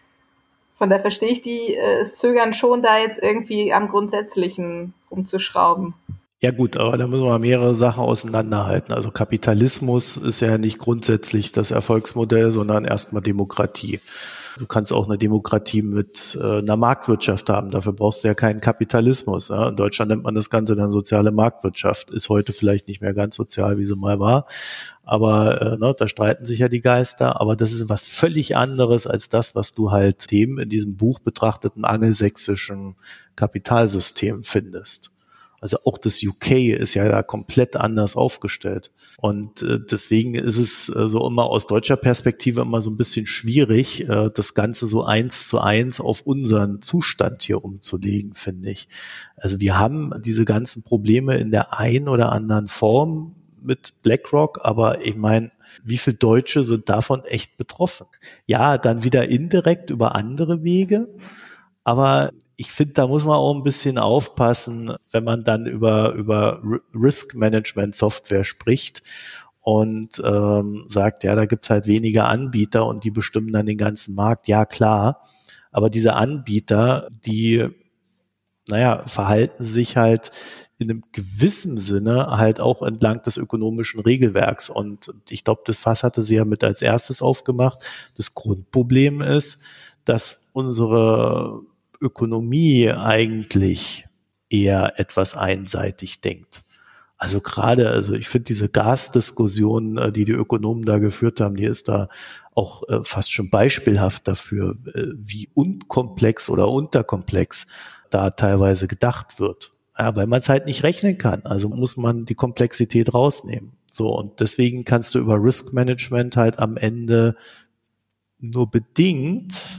Von daher verstehe ich die äh, Zögern schon, da jetzt irgendwie am Grundsätzlichen rumzuschrauben. Ja gut, aber da müssen wir mehrere Sachen auseinanderhalten. Also Kapitalismus ist ja nicht grundsätzlich das Erfolgsmodell, sondern erstmal Demokratie. Du kannst auch eine Demokratie mit äh, einer Marktwirtschaft haben. Dafür brauchst du ja keinen Kapitalismus. Ja? In Deutschland nennt man das Ganze dann soziale Marktwirtschaft. Ist heute vielleicht nicht mehr ganz sozial, wie sie mal war. Aber äh, ne, da streiten sich ja die Geister. Aber das ist was völlig anderes als das, was du halt dem in diesem Buch betrachteten angelsächsischen Kapitalsystem findest. Also auch das U K ist ja da komplett anders aufgestellt. Und äh, deswegen ist es äh, so immer aus deutscher Perspektive immer so ein bisschen schwierig, äh, das Ganze so eins zu eins auf unseren Zustand hier umzulegen, finde ich. Also wir haben diese ganzen Probleme in der einen oder anderen Form mit BlackRock, aber ich meine, wie viele Deutsche sind davon echt betroffen? Ja, dann wieder indirekt über andere Wege, aber ich finde, da muss man auch ein bisschen aufpassen, wenn man dann über über Risk Management Software spricht und ähm, sagt, ja, da gibt's halt weniger Anbieter und die bestimmen dann den ganzen Markt. Ja, klar, aber diese Anbieter, die, naja, verhalten sich halt in einem gewissen Sinne halt auch entlang des ökonomischen Regelwerks. Und ich glaube, das Fass hatte sie ja mit als erstes aufgemacht. Das Grundproblem ist, dass unsere Ökonomie eigentlich eher etwas einseitig denkt. Also gerade, also ich finde diese Gasdiskussion, die die Ökonomen da geführt haben, die ist da auch fast schon beispielhaft dafür, wie unkomplex oder unterkomplex da teilweise gedacht wird. Ja, weil man es halt nicht rechnen kann. Also muss man die Komplexität rausnehmen. So, und deswegen kannst du über Risk Management halt am Ende nur bedingt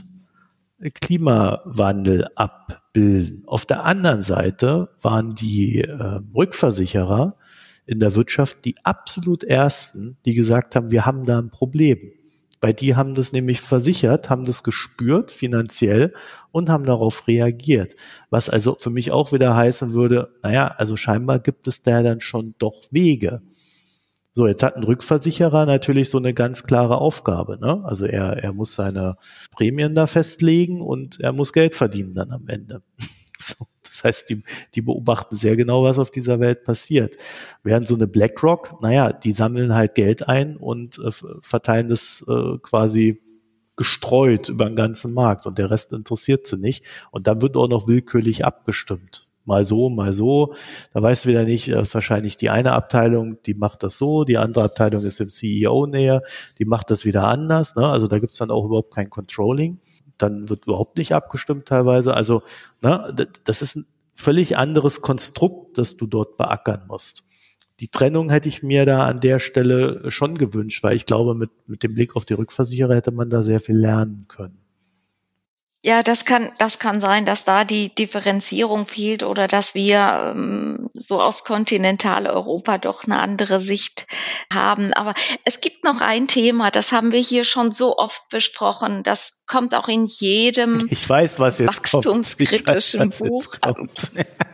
Klimawandel abbilden. Auf der anderen Seite waren die äh, Rückversicherer in der Wirtschaft die absolut ersten, die gesagt haben, wir haben da ein Problem. Weil die haben das nämlich versichert, haben das gespürt finanziell und haben darauf reagiert. Was also für mich auch wieder heißen würde, naja, also scheinbar gibt es da dann schon doch Wege. So, jetzt hat ein Rückversicherer natürlich so eine ganz klare Aufgabe, ne? Also er, er muss seine Prämien da festlegen und er muss Geld verdienen dann am Ende. So, das heißt, die, die beobachten sehr genau, was auf dieser Welt passiert. Während so eine BlackRock, naja, die sammeln halt Geld ein und äh, verteilen das äh, quasi gestreut über den ganzen Markt und der Rest interessiert sie nicht. Und dann wird auch noch willkürlich abgestimmt. Mal so, mal so. Da weißt du wieder nicht, das ist wahrscheinlich die eine Abteilung, die macht das so, die andere Abteilung ist dem C E O näher, die macht das wieder anders. Ne? Also da gibt's dann auch überhaupt kein Controlling. Dann wird überhaupt nicht abgestimmt teilweise. Also ne, das ist ein völlig anderes Konstrukt, das du dort beackern musst. Die Trennung hätte ich mir da an der Stelle schon gewünscht, weil ich glaube, mit, mit dem Blick auf die Rückversicherer hätte man da sehr viel lernen können. Ja, das kann, das kann sein, dass da die Differenzierung fehlt oder dass wir ähm, so aus Kontinentaleuropa doch eine andere Sicht haben. Aber es gibt noch ein Thema, das haben wir hier schon so oft besprochen. Das kommt auch in jedem ich weiß, was jetzt wachstumskritischen kommt. Buch. Jetzt kommt.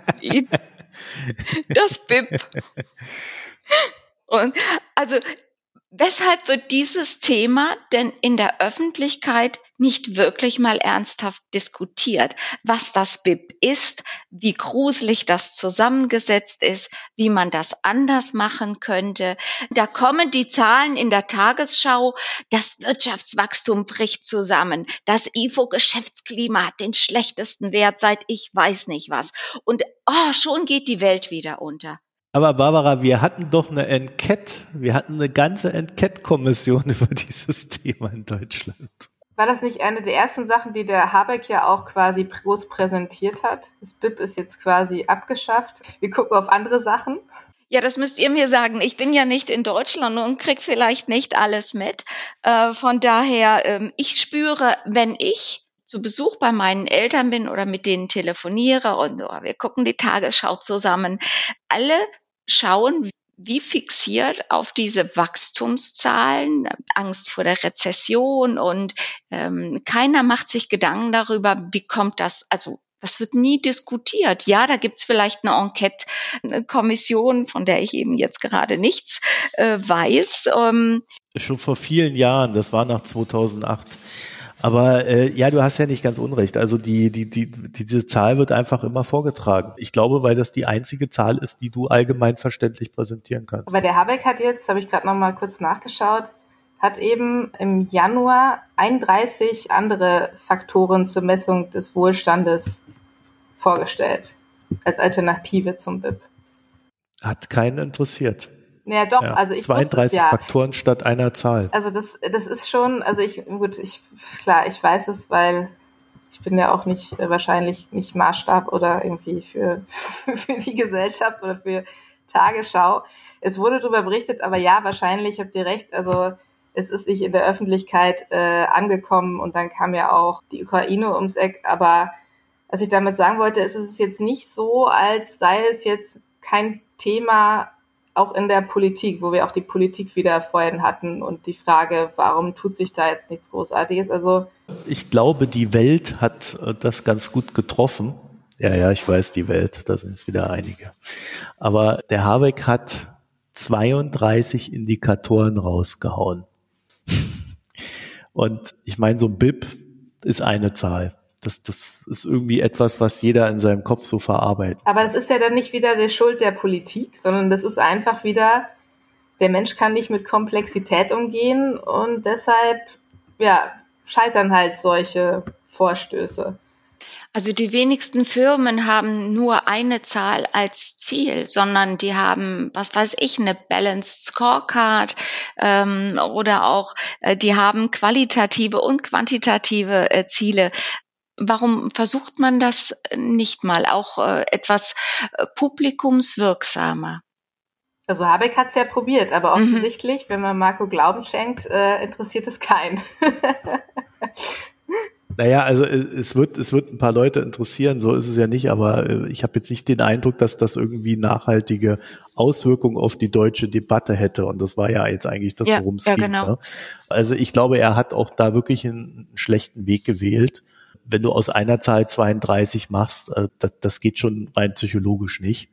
Das B I P. Und also weshalb wird dieses Thema denn in der Öffentlichkeit nicht wirklich mal ernsthaft diskutiert? Was das B I P ist, wie gruselig das zusammengesetzt ist, wie man das anders machen könnte. Da kommen die Zahlen in der Tagesschau, das Wirtschaftswachstum bricht zusammen, das I F O-Geschäftsklima hat den schlechtesten Wert seit ich weiß nicht was. Und oh, schon geht die Welt wieder unter. Aber Barbara, wir hatten doch eine Enquete, wir hatten eine ganze Enquete-Kommission über dieses Thema in Deutschland. War das nicht eine der ersten Sachen, die der Habeck ja auch quasi groß präsentiert hat? Das B I P ist jetzt quasi abgeschafft. Wir gucken auf andere Sachen. Ja, das müsst ihr mir sagen. Ich bin ja nicht in Deutschland und krieg vielleicht nicht alles mit. Äh, von daher, ähm, ich spüre, wenn ich zu Besuch bei meinen Eltern bin oder mit denen telefoniere und oh, wir gucken die Tagesschau zusammen, alle schauen wie fixiert auf diese Wachstumszahlen, Angst vor der Rezession und ähm, keiner macht sich Gedanken darüber, wie kommt das, also das wird nie diskutiert. Ja, da gibt's vielleicht eine Enquete-Kommission, von der ich eben jetzt gerade nichts äh, weiß. Ähm, Schon vor vielen Jahren, das war nach zweitausendacht. Aber äh, ja, du hast ja nicht ganz unrecht. Also die, die, die, diese Zahl wird einfach immer vorgetragen. Ich glaube, weil das die einzige Zahl ist, die du allgemein verständlich präsentieren kannst. Aber der Habeck hat jetzt, habe ich gerade noch mal kurz nachgeschaut, hat eben im Januar einunddreißig andere Faktoren zur Messung des Wohlstandes vorgestellt, als Alternative zum B I P. Hat keinen interessiert. Naja, doch, ja, also ich zweiunddreißig wusste, ja. Faktoren statt einer Zahl. Also das, das ist schon, also ich, gut, ich, klar, ich weiß es, weil Ich bin ja auch nicht äh, wahrscheinlich nicht Maßstab oder irgendwie für, für die Gesellschaft oder für Tagesschau. Es wurde darüber berichtet, aber ja, wahrscheinlich habt ihr recht. Also es ist nicht in der Öffentlichkeit äh, angekommen und dann kam ja auch die Ukraine ums Eck. Aber was ich damit sagen wollte, ist es ist jetzt nicht so, als sei es jetzt kein Thema auch in der Politik, wo wir auch die Politik wieder vorhin hatten und die Frage, warum tut sich da jetzt nichts Großartiges? Also ich glaube, die Welt hat das ganz gut getroffen. Ja, ja, ich weiß, die Welt, da sind es wieder einige. Aber der Habeck hat zweiunddreißig Indikatoren rausgehauen. Und ich meine, so ein B I P ist eine Zahl. Das, das ist irgendwie etwas, was jeder in seinem Kopf so verarbeitet. Aber das ist ja dann nicht wieder die Schuld der Politik, sondern das ist einfach wieder, der Mensch kann nicht mit Komplexität umgehen und deshalb, ja, scheitern halt solche Vorstöße. Also die wenigsten Firmen haben nur eine Zahl als Ziel, sondern die haben, was weiß ich, eine Balanced Scorecard ähm, oder auch, äh, die haben qualitative und quantitative äh, Ziele. Warum versucht man das nicht mal auch äh, etwas äh, publikumswirksamer? Also Habeck hat es ja probiert, aber Mhm. offensichtlich, wenn man Marco Glauben schenkt, äh, interessiert es keinen. Naja, also es wird, es wird ein paar Leute interessieren, so ist es ja nicht, aber ich habe jetzt nicht den Eindruck, dass das irgendwie nachhaltige Auswirkungen auf die deutsche Debatte hätte. Und das war ja jetzt eigentlich das, Ja, worum es ja, ging. genau. Ne? Also ich glaube, er hat auch da wirklich einen schlechten Weg gewählt. Wenn du aus einer Zahl zweiunddreißig machst, das, das geht schon rein psychologisch nicht.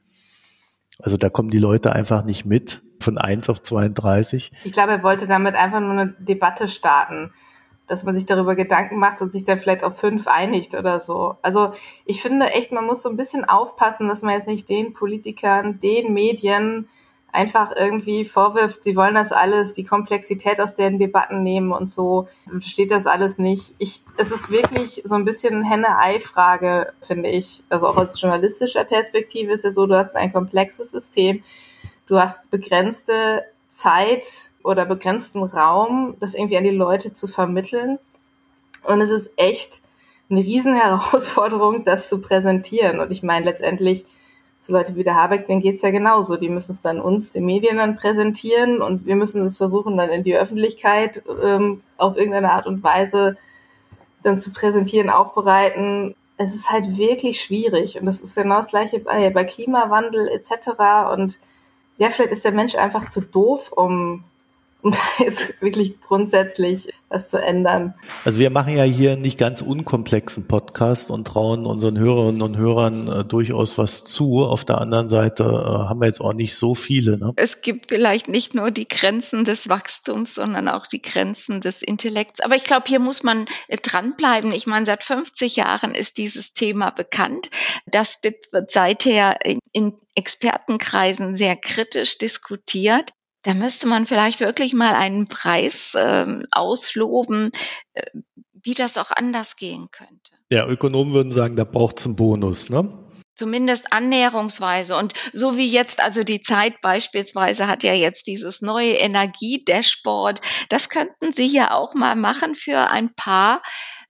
Also da kommen die Leute einfach nicht mit, von eins auf zweiunddreißig. Ich glaube, er wollte damit einfach nur eine Debatte starten, dass man sich darüber Gedanken macht und sich dann vielleicht auf fünf einigt oder so. Also ich finde echt, man muss so ein bisschen aufpassen, dass man jetzt nicht den Politikern, den Medien einfach irgendwie vorwirft, sie wollen das alles, die Komplexität aus deren Debatten nehmen und so. Man versteht das alles nicht. Ich, es ist wirklich so ein bisschen Henne-Ei-Frage, finde ich. Also auch aus journalistischer Perspektive ist es so, du hast ein komplexes System, du hast begrenzte Zeit oder begrenzten Raum, das irgendwie an die Leute zu vermitteln. Und es ist echt eine riesen Herausforderung, das zu präsentieren. Und ich meine, letztendlich, so Leute wie der Habeck, denen geht's ja genauso. Die müssen es dann uns, den Medien, dann präsentieren und wir müssen es versuchen, dann in die Öffentlichkeit ähm, auf irgendeine Art und Weise dann zu präsentieren, aufbereiten. Es ist halt wirklich schwierig. Und das ist genau das Gleiche bei, bei Klimawandel et cetera. Und ja, vielleicht ist der Mensch einfach zu doof, um um da jetzt wirklich grundsätzlich was zu ändern. Also wir machen ja hier nicht ganz unkomplexen Podcast und trauen unseren Hörerinnen und Hörern äh, durchaus was zu. Auf der anderen Seite äh, haben wir jetzt auch nicht so viele. Ne? Es gibt vielleicht nicht nur die Grenzen des Wachstums, sondern auch die Grenzen des Intellekts. Aber ich glaube, hier muss man äh, dranbleiben. Ich meine, seit fünfzig Jahren ist dieses Thema bekannt. Das B I P wird seither in, in Expertenkreisen sehr kritisch diskutiert. Da müsste man vielleicht wirklich mal einen Preis äh, ausloben, äh, wie das auch anders gehen könnte. Ja, Ökonomen würden sagen, da braucht's einen Bonus, ne? Zumindest annäherungsweise. Und so wie jetzt, also die Zeit beispielsweise hat ja jetzt dieses neue Energie-Dashboard. Das könnten Sie ja auch mal machen für ein paar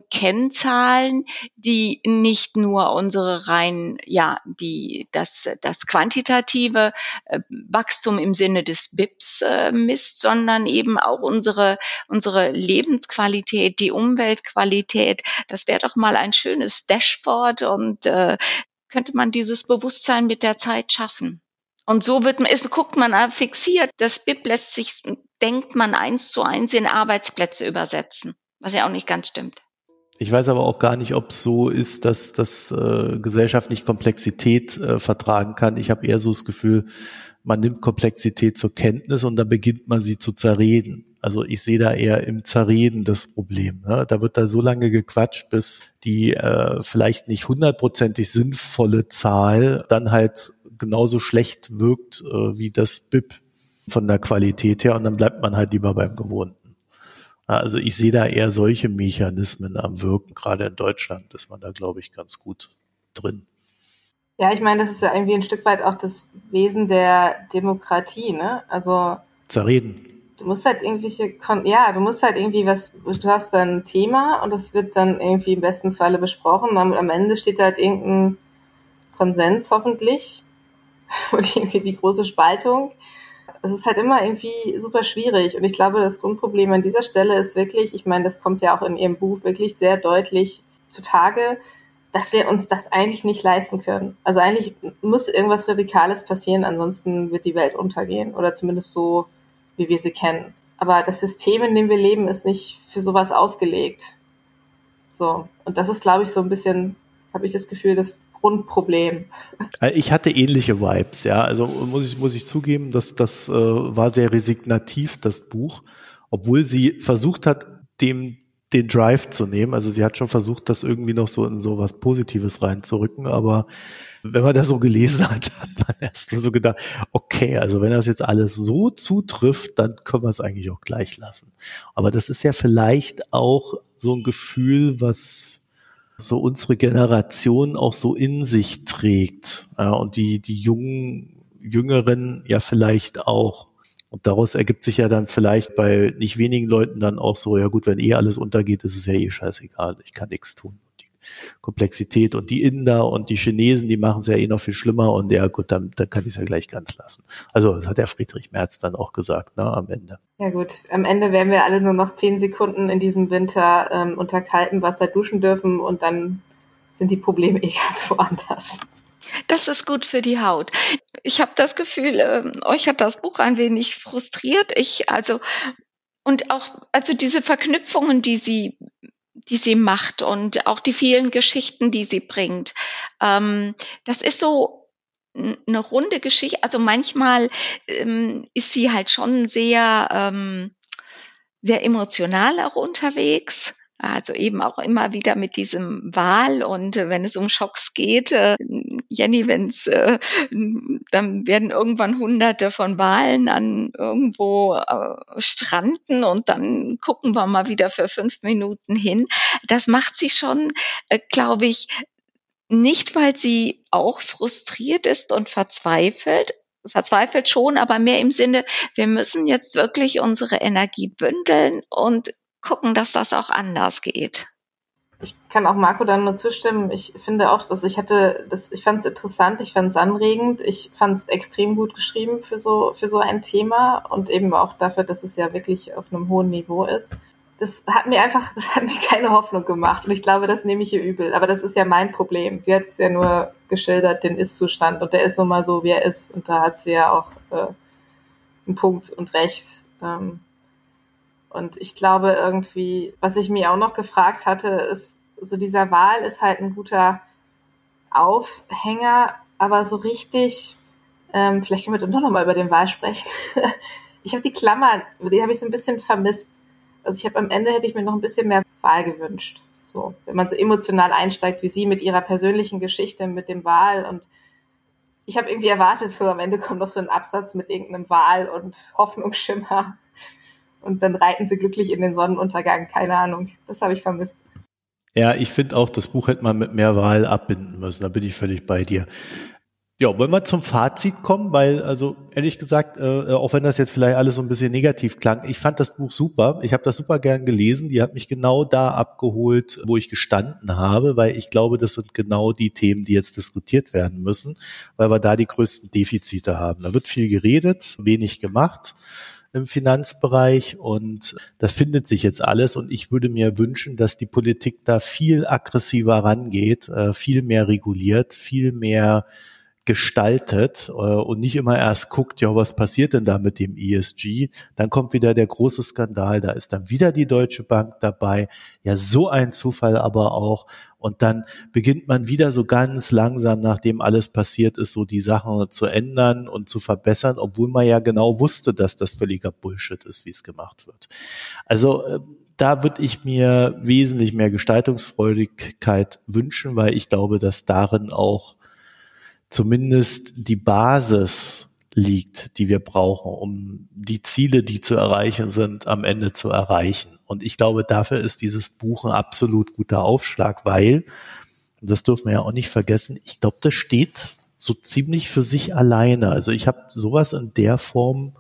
Kennzahlen, die nicht nur unsere rein, ja, die, das, das quantitative äh, Wachstum im Sinne des B I Ps äh, misst, sondern eben auch unsere, unsere Lebensqualität, die Umweltqualität. Das wäre doch mal ein schönes Dashboard und äh, könnte man dieses Bewusstsein mit der Zeit schaffen. Und so wird man, ist, guckt man fixiert. Das B I P lässt sich, denkt man, eins zu eins in Arbeitsplätze übersetzen, was ja auch nicht ganz stimmt. Ich weiß aber auch gar nicht, ob es so ist, dass das äh, Gesellschaft nicht Komplexität äh, vertragen kann. Ich habe eher so das Gefühl, man nimmt Komplexität zur Kenntnis und dann beginnt man sie zu zerreden. Also ich sehe da eher im Zerreden das Problem. Ne? Da wird da so lange gequatscht, bis die äh, vielleicht nicht hundertprozentig sinnvolle Zahl dann halt genauso schlecht wirkt äh, wie das B I P von der Qualität her und dann bleibt man halt lieber beim Gewohnten. Also ich sehe da eher solche Mechanismen am Wirken, gerade in Deutschland ist man da, glaube ich, ganz gut drin. Ja, ich meine, das ist ja irgendwie ein Stück weit auch das Wesen der Demokratie, ne? Also Zerreden. du musst halt irgendwelche, Kon- ja, du musst halt irgendwie was, du hast dann ein Thema und das wird dann irgendwie im besten Falle besprochen. Am, am Ende steht halt irgendein Konsens hoffentlich und irgendwie die große Spaltung. Es ist halt immer irgendwie super schwierig und ich glaube, das Grundproblem an dieser Stelle ist wirklich, ich meine, das kommt ja auch in Ihrem Buch wirklich sehr deutlich zutage, dass wir uns das eigentlich nicht leisten können. Also eigentlich muss irgendwas Radikales passieren, ansonsten wird die Welt untergehen oder zumindest so, wie wir sie kennen. Aber das System, in dem wir leben, ist nicht für sowas ausgelegt. So. Und das ist, glaube ich, so ein bisschen, habe ich das Gefühl, das Grundproblem. Ich hatte ähnliche Vibes, ja. Also muss ich, muss ich zugeben, dass das äh, war sehr resignativ, das Buch, obwohl sie versucht hat, dem den Drive zu nehmen. Also sie hat schon versucht, das irgendwie noch so in so was Positives reinzurücken, aber wenn man das so gelesen hat, hat man erst so gedacht, okay, also wenn das jetzt alles so zutrifft, dann können wir es eigentlich auch gleich lassen. Aber das ist ja vielleicht auch so ein Gefühl, was so unsere Generation auch so in sich trägt, ja, und die die jungen Jüngeren ja vielleicht auch. Und daraus ergibt sich ja dann vielleicht bei nicht wenigen Leuten dann auch so, ja gut, wenn eh alles untergeht, ist es ja eh scheißegal, ich kann nichts tun. Die Komplexität und die Inder und die Chinesen, die machen es ja eh noch viel schlimmer und ja gut, dann, dann kann ich es ja gleich ganz lassen. Also das hat der Friedrich Merz dann auch gesagt, ne, am Ende. Ja gut, am Ende werden wir alle nur noch zehn Sekunden in diesem Winter ähm, unter kaltem Wasser duschen dürfen und dann sind die Probleme eh ganz woanders. Das ist gut für die Haut. Ich habe das Gefühl, äh, euch hat das Buch ein wenig frustriert. Ich also und auch also diese Verknüpfungen, die sie die sie macht und auch die vielen Geschichten, die sie bringt. Ähm, das ist so eine runde Geschichte. Also manchmal ähm, ist sie halt schon sehr ähm, sehr emotional auch unterwegs. Also eben auch immer wieder mit diesem Wal und äh, wenn es um Schocks geht, äh, Jenny, wenn es, äh, dann werden irgendwann Hunderte von Walen an irgendwo äh, stranden und dann gucken wir mal wieder für fünf Minuten hin. Das macht sie schon, äh, glaube ich, nicht, weil sie auch frustriert ist und verzweifelt, verzweifelt schon, aber mehr im Sinne, wir müssen jetzt wirklich unsere Energie bündeln und gucken, dass das auch anders geht. Ich kann auch Marco dann nur zustimmen. Ich finde auch, dass ich hatte, das, ich fand es interessant, ich fand es anregend, ich fand es extrem gut geschrieben für so für so ein Thema und eben auch dafür, dass es ja wirklich auf einem hohen Niveau ist. Das hat mir einfach, das hat mir keine Hoffnung gemacht und ich glaube, das nehme ich ihr übel. Aber das ist ja mein Problem. Sie hat es ja nur geschildert, den Ist-Zustand und der ist nun mal so, wie er ist und da hat sie ja auch äh, einen Punkt und recht. Ähm, Und ich glaube irgendwie, was ich mir auch noch gefragt hatte, ist, so dieser Wal ist halt ein guter Aufhänger, aber so richtig, ähm, vielleicht können wir dann doch nochmal über den Wal sprechen. Ich habe die Klammern, die habe ich so ein bisschen vermisst. Also ich habe am Ende, hätte ich mir noch ein bisschen mehr Wal gewünscht. So, wenn man so emotional einsteigt wie sie mit ihrer persönlichen Geschichte mit dem Wal. Und ich habe irgendwie erwartet, so am Ende kommt noch so ein Absatz mit irgendeinem Wal und Hoffnungsschimmer. Und dann reiten sie glücklich in den Sonnenuntergang. Keine Ahnung. Das habe ich vermisst. Ja, ich finde auch, das Buch hätte man mit mehr Wahl abbinden müssen. Da bin ich völlig bei dir. Ja, wollen wir zum Fazit kommen? Weil, also ehrlich gesagt, äh, auch wenn das jetzt vielleicht alles so ein bisschen negativ klang, ich fand das Buch super. Ich habe das super gern gelesen. Die hat mich genau da abgeholt, wo ich gestanden habe, weil ich glaube, das sind genau die Themen, die jetzt diskutiert werden müssen, weil wir da die größten Defizite haben. Da wird viel geredet, wenig gemacht im Finanzbereich und das findet sich jetzt alles und ich würde mir wünschen, dass die Politik da viel aggressiver rangeht, äh, viel mehr reguliert, viel mehr gestaltet äh, und nicht immer erst guckt, ja, was passiert denn da mit dem E S G? Dann kommt wieder der große Skandal, da ist dann wieder die Deutsche Bank dabei. Ja, so ein Zufall aber auch. Und dann beginnt man wieder so ganz langsam, nachdem alles passiert ist, so die Sachen zu ändern und zu verbessern, obwohl man ja genau wusste, dass das völliger Bullshit ist, wie es gemacht wird. Also äh, da würde ich mir wesentlich mehr Gestaltungsfreudigkeit wünschen, weil ich glaube, dass darin auch zumindest die Basis liegt, die wir brauchen, um die Ziele, die zu erreichen sind, am Ende zu erreichen. Und ich glaube, dafür ist dieses Buch ein absolut guter Aufschlag, weil, und das dürfen wir ja auch nicht vergessen, ich glaube, das steht so ziemlich für sich alleine. Also ich habe sowas in der Form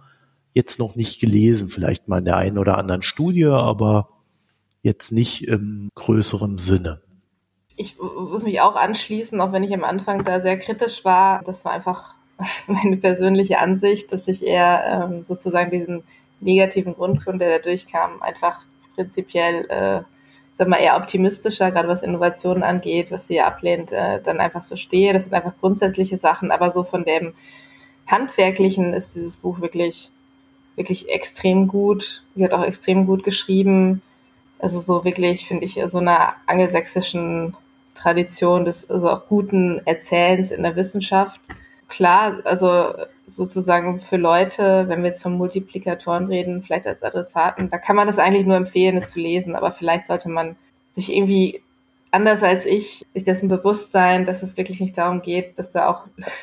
jetzt noch nicht gelesen, vielleicht mal in der einen oder anderen Studie, aber jetzt nicht im größeren Sinne. Ich muss mich auch anschließen, auch wenn ich am Anfang da sehr kritisch war. Das war einfach meine persönliche Ansicht, dass ich eher ähm, sozusagen diesen negativen Grundton, der da durchkam, einfach prinzipiell, äh, sag mal, eher optimistischer, gerade was Innovationen angeht, was sie ablehnt, äh, dann einfach so stehe. Das sind einfach grundsätzliche Sachen, aber so von dem Handwerklichen ist dieses Buch wirklich, wirklich extrem gut. Sie hat auch extrem gut geschrieben. Also so wirklich, finde ich, so einer angelsächsischen Tradition des also auch guten Erzählens in der Wissenschaft. Klar, also sozusagen für Leute, wenn wir jetzt von Multiplikatoren reden, vielleicht als Adressaten, da kann man das eigentlich nur empfehlen, es zu lesen, aber vielleicht sollte man sich irgendwie anders als ich, sich dessen bewusst sein, dass es wirklich nicht darum geht, dass da auch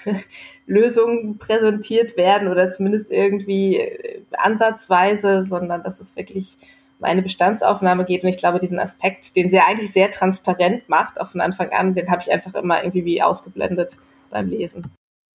Lösungen präsentiert werden oder zumindest irgendwie ansatzweise, sondern dass es wirklich um eine Bestandsaufnahme geht. Und ich glaube, diesen Aspekt, den sie eigentlich sehr transparent macht, auch von Anfang an, den habe ich einfach immer irgendwie wie ausgeblendet beim Lesen.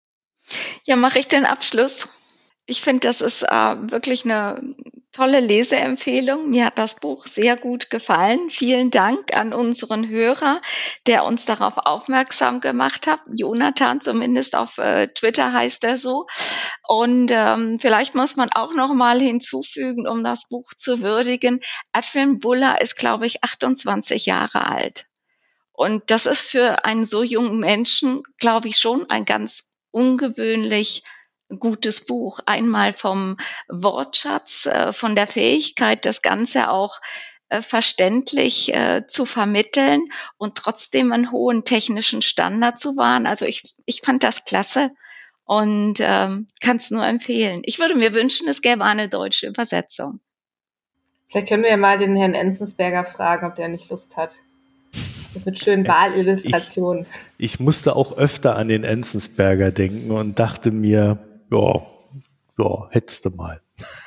Ja, mache ich den Abschluss. Ich finde, das ist äh, wirklich eine tolle Leseempfehlung. Mir hat das Buch sehr gut gefallen. Vielen Dank an unseren Hörer, der uns darauf aufmerksam gemacht hat. Jonathan, zumindest auf äh, Twitter heißt er so. Und ähm, vielleicht muss man auch noch mal hinzufügen, um das Buch zu würdigen. Adrian Buller ist, glaube ich, achtundzwanzig Jahre alt. Und das ist für einen so jungen Menschen, glaube ich, schon ein ganz ungewöhnlich gutes Buch. Einmal vom Wortschatz, äh, von der Fähigkeit, das Ganze auch äh, verständlich äh, zu vermitteln und trotzdem einen hohen technischen Standard zu wahren. Also ich, ich fand das klasse und ähm, kann es nur empfehlen. Ich würde mir wünschen, es gäbe eine deutsche Übersetzung. Vielleicht können wir ja mal den Herrn Enzensberger fragen, ob der nicht Lust hat. Das mit schönen Wahlillustrationen. Ich, ich musste auch öfter an den Enzensberger denken und dachte mir, ja, ja, hättest du mal.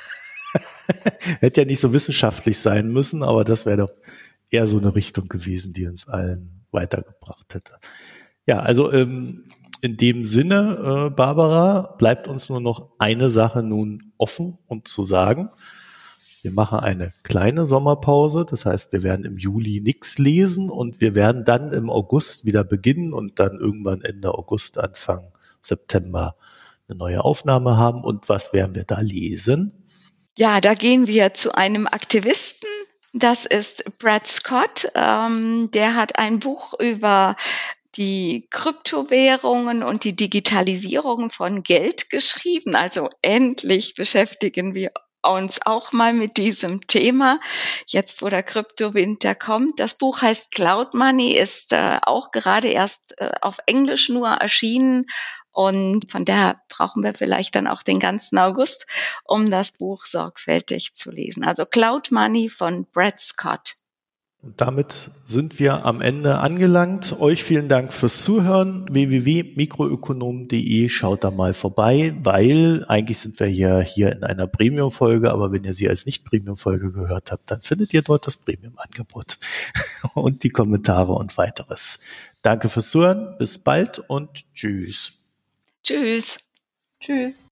Hätte ja nicht so wissenschaftlich sein müssen, aber das wäre doch eher so eine Richtung gewesen, die uns allen weitergebracht hätte. Ja, also ähm, in dem Sinne, äh, Barbara, bleibt uns nur noch eine Sache nun offen und zu sagen. Wir machen eine kleine Sommerpause, das heißt, wir werden im Juli nichts lesen und wir werden dann im August wieder beginnen und dann irgendwann Ende August, Anfang September eine neue Aufnahme haben. Und was werden wir da lesen? Ja, da gehen wir zu einem Aktivisten. Das ist Brad Scott. Ähm, der hat ein Buch über die Kryptowährungen und die Digitalisierung von Geld geschrieben. Also endlich beschäftigen wir uns auch mal mit diesem Thema, jetzt wo der Kryptowinter kommt. Das Buch heißt Cloud Money, ist äh, auch gerade erst äh, auf Englisch nur erschienen und von daher brauchen wir vielleicht dann auch den ganzen August, um das Buch sorgfältig zu lesen. Also Cloud Money von Brad Scott. Und damit sind wir am Ende angelangt. Euch vielen Dank fürs Zuhören. w w w punkt mikroökonom punkt de, schaut da mal vorbei, weil eigentlich sind wir ja hier in einer Premium-Folge, aber wenn ihr sie als Nicht-Premium-Folge gehört habt, dann findet ihr dort das Premium-Angebot und die Kommentare und weiteres. Danke fürs Zuhören, bis bald und tschüss. Tschüss. Tschüss.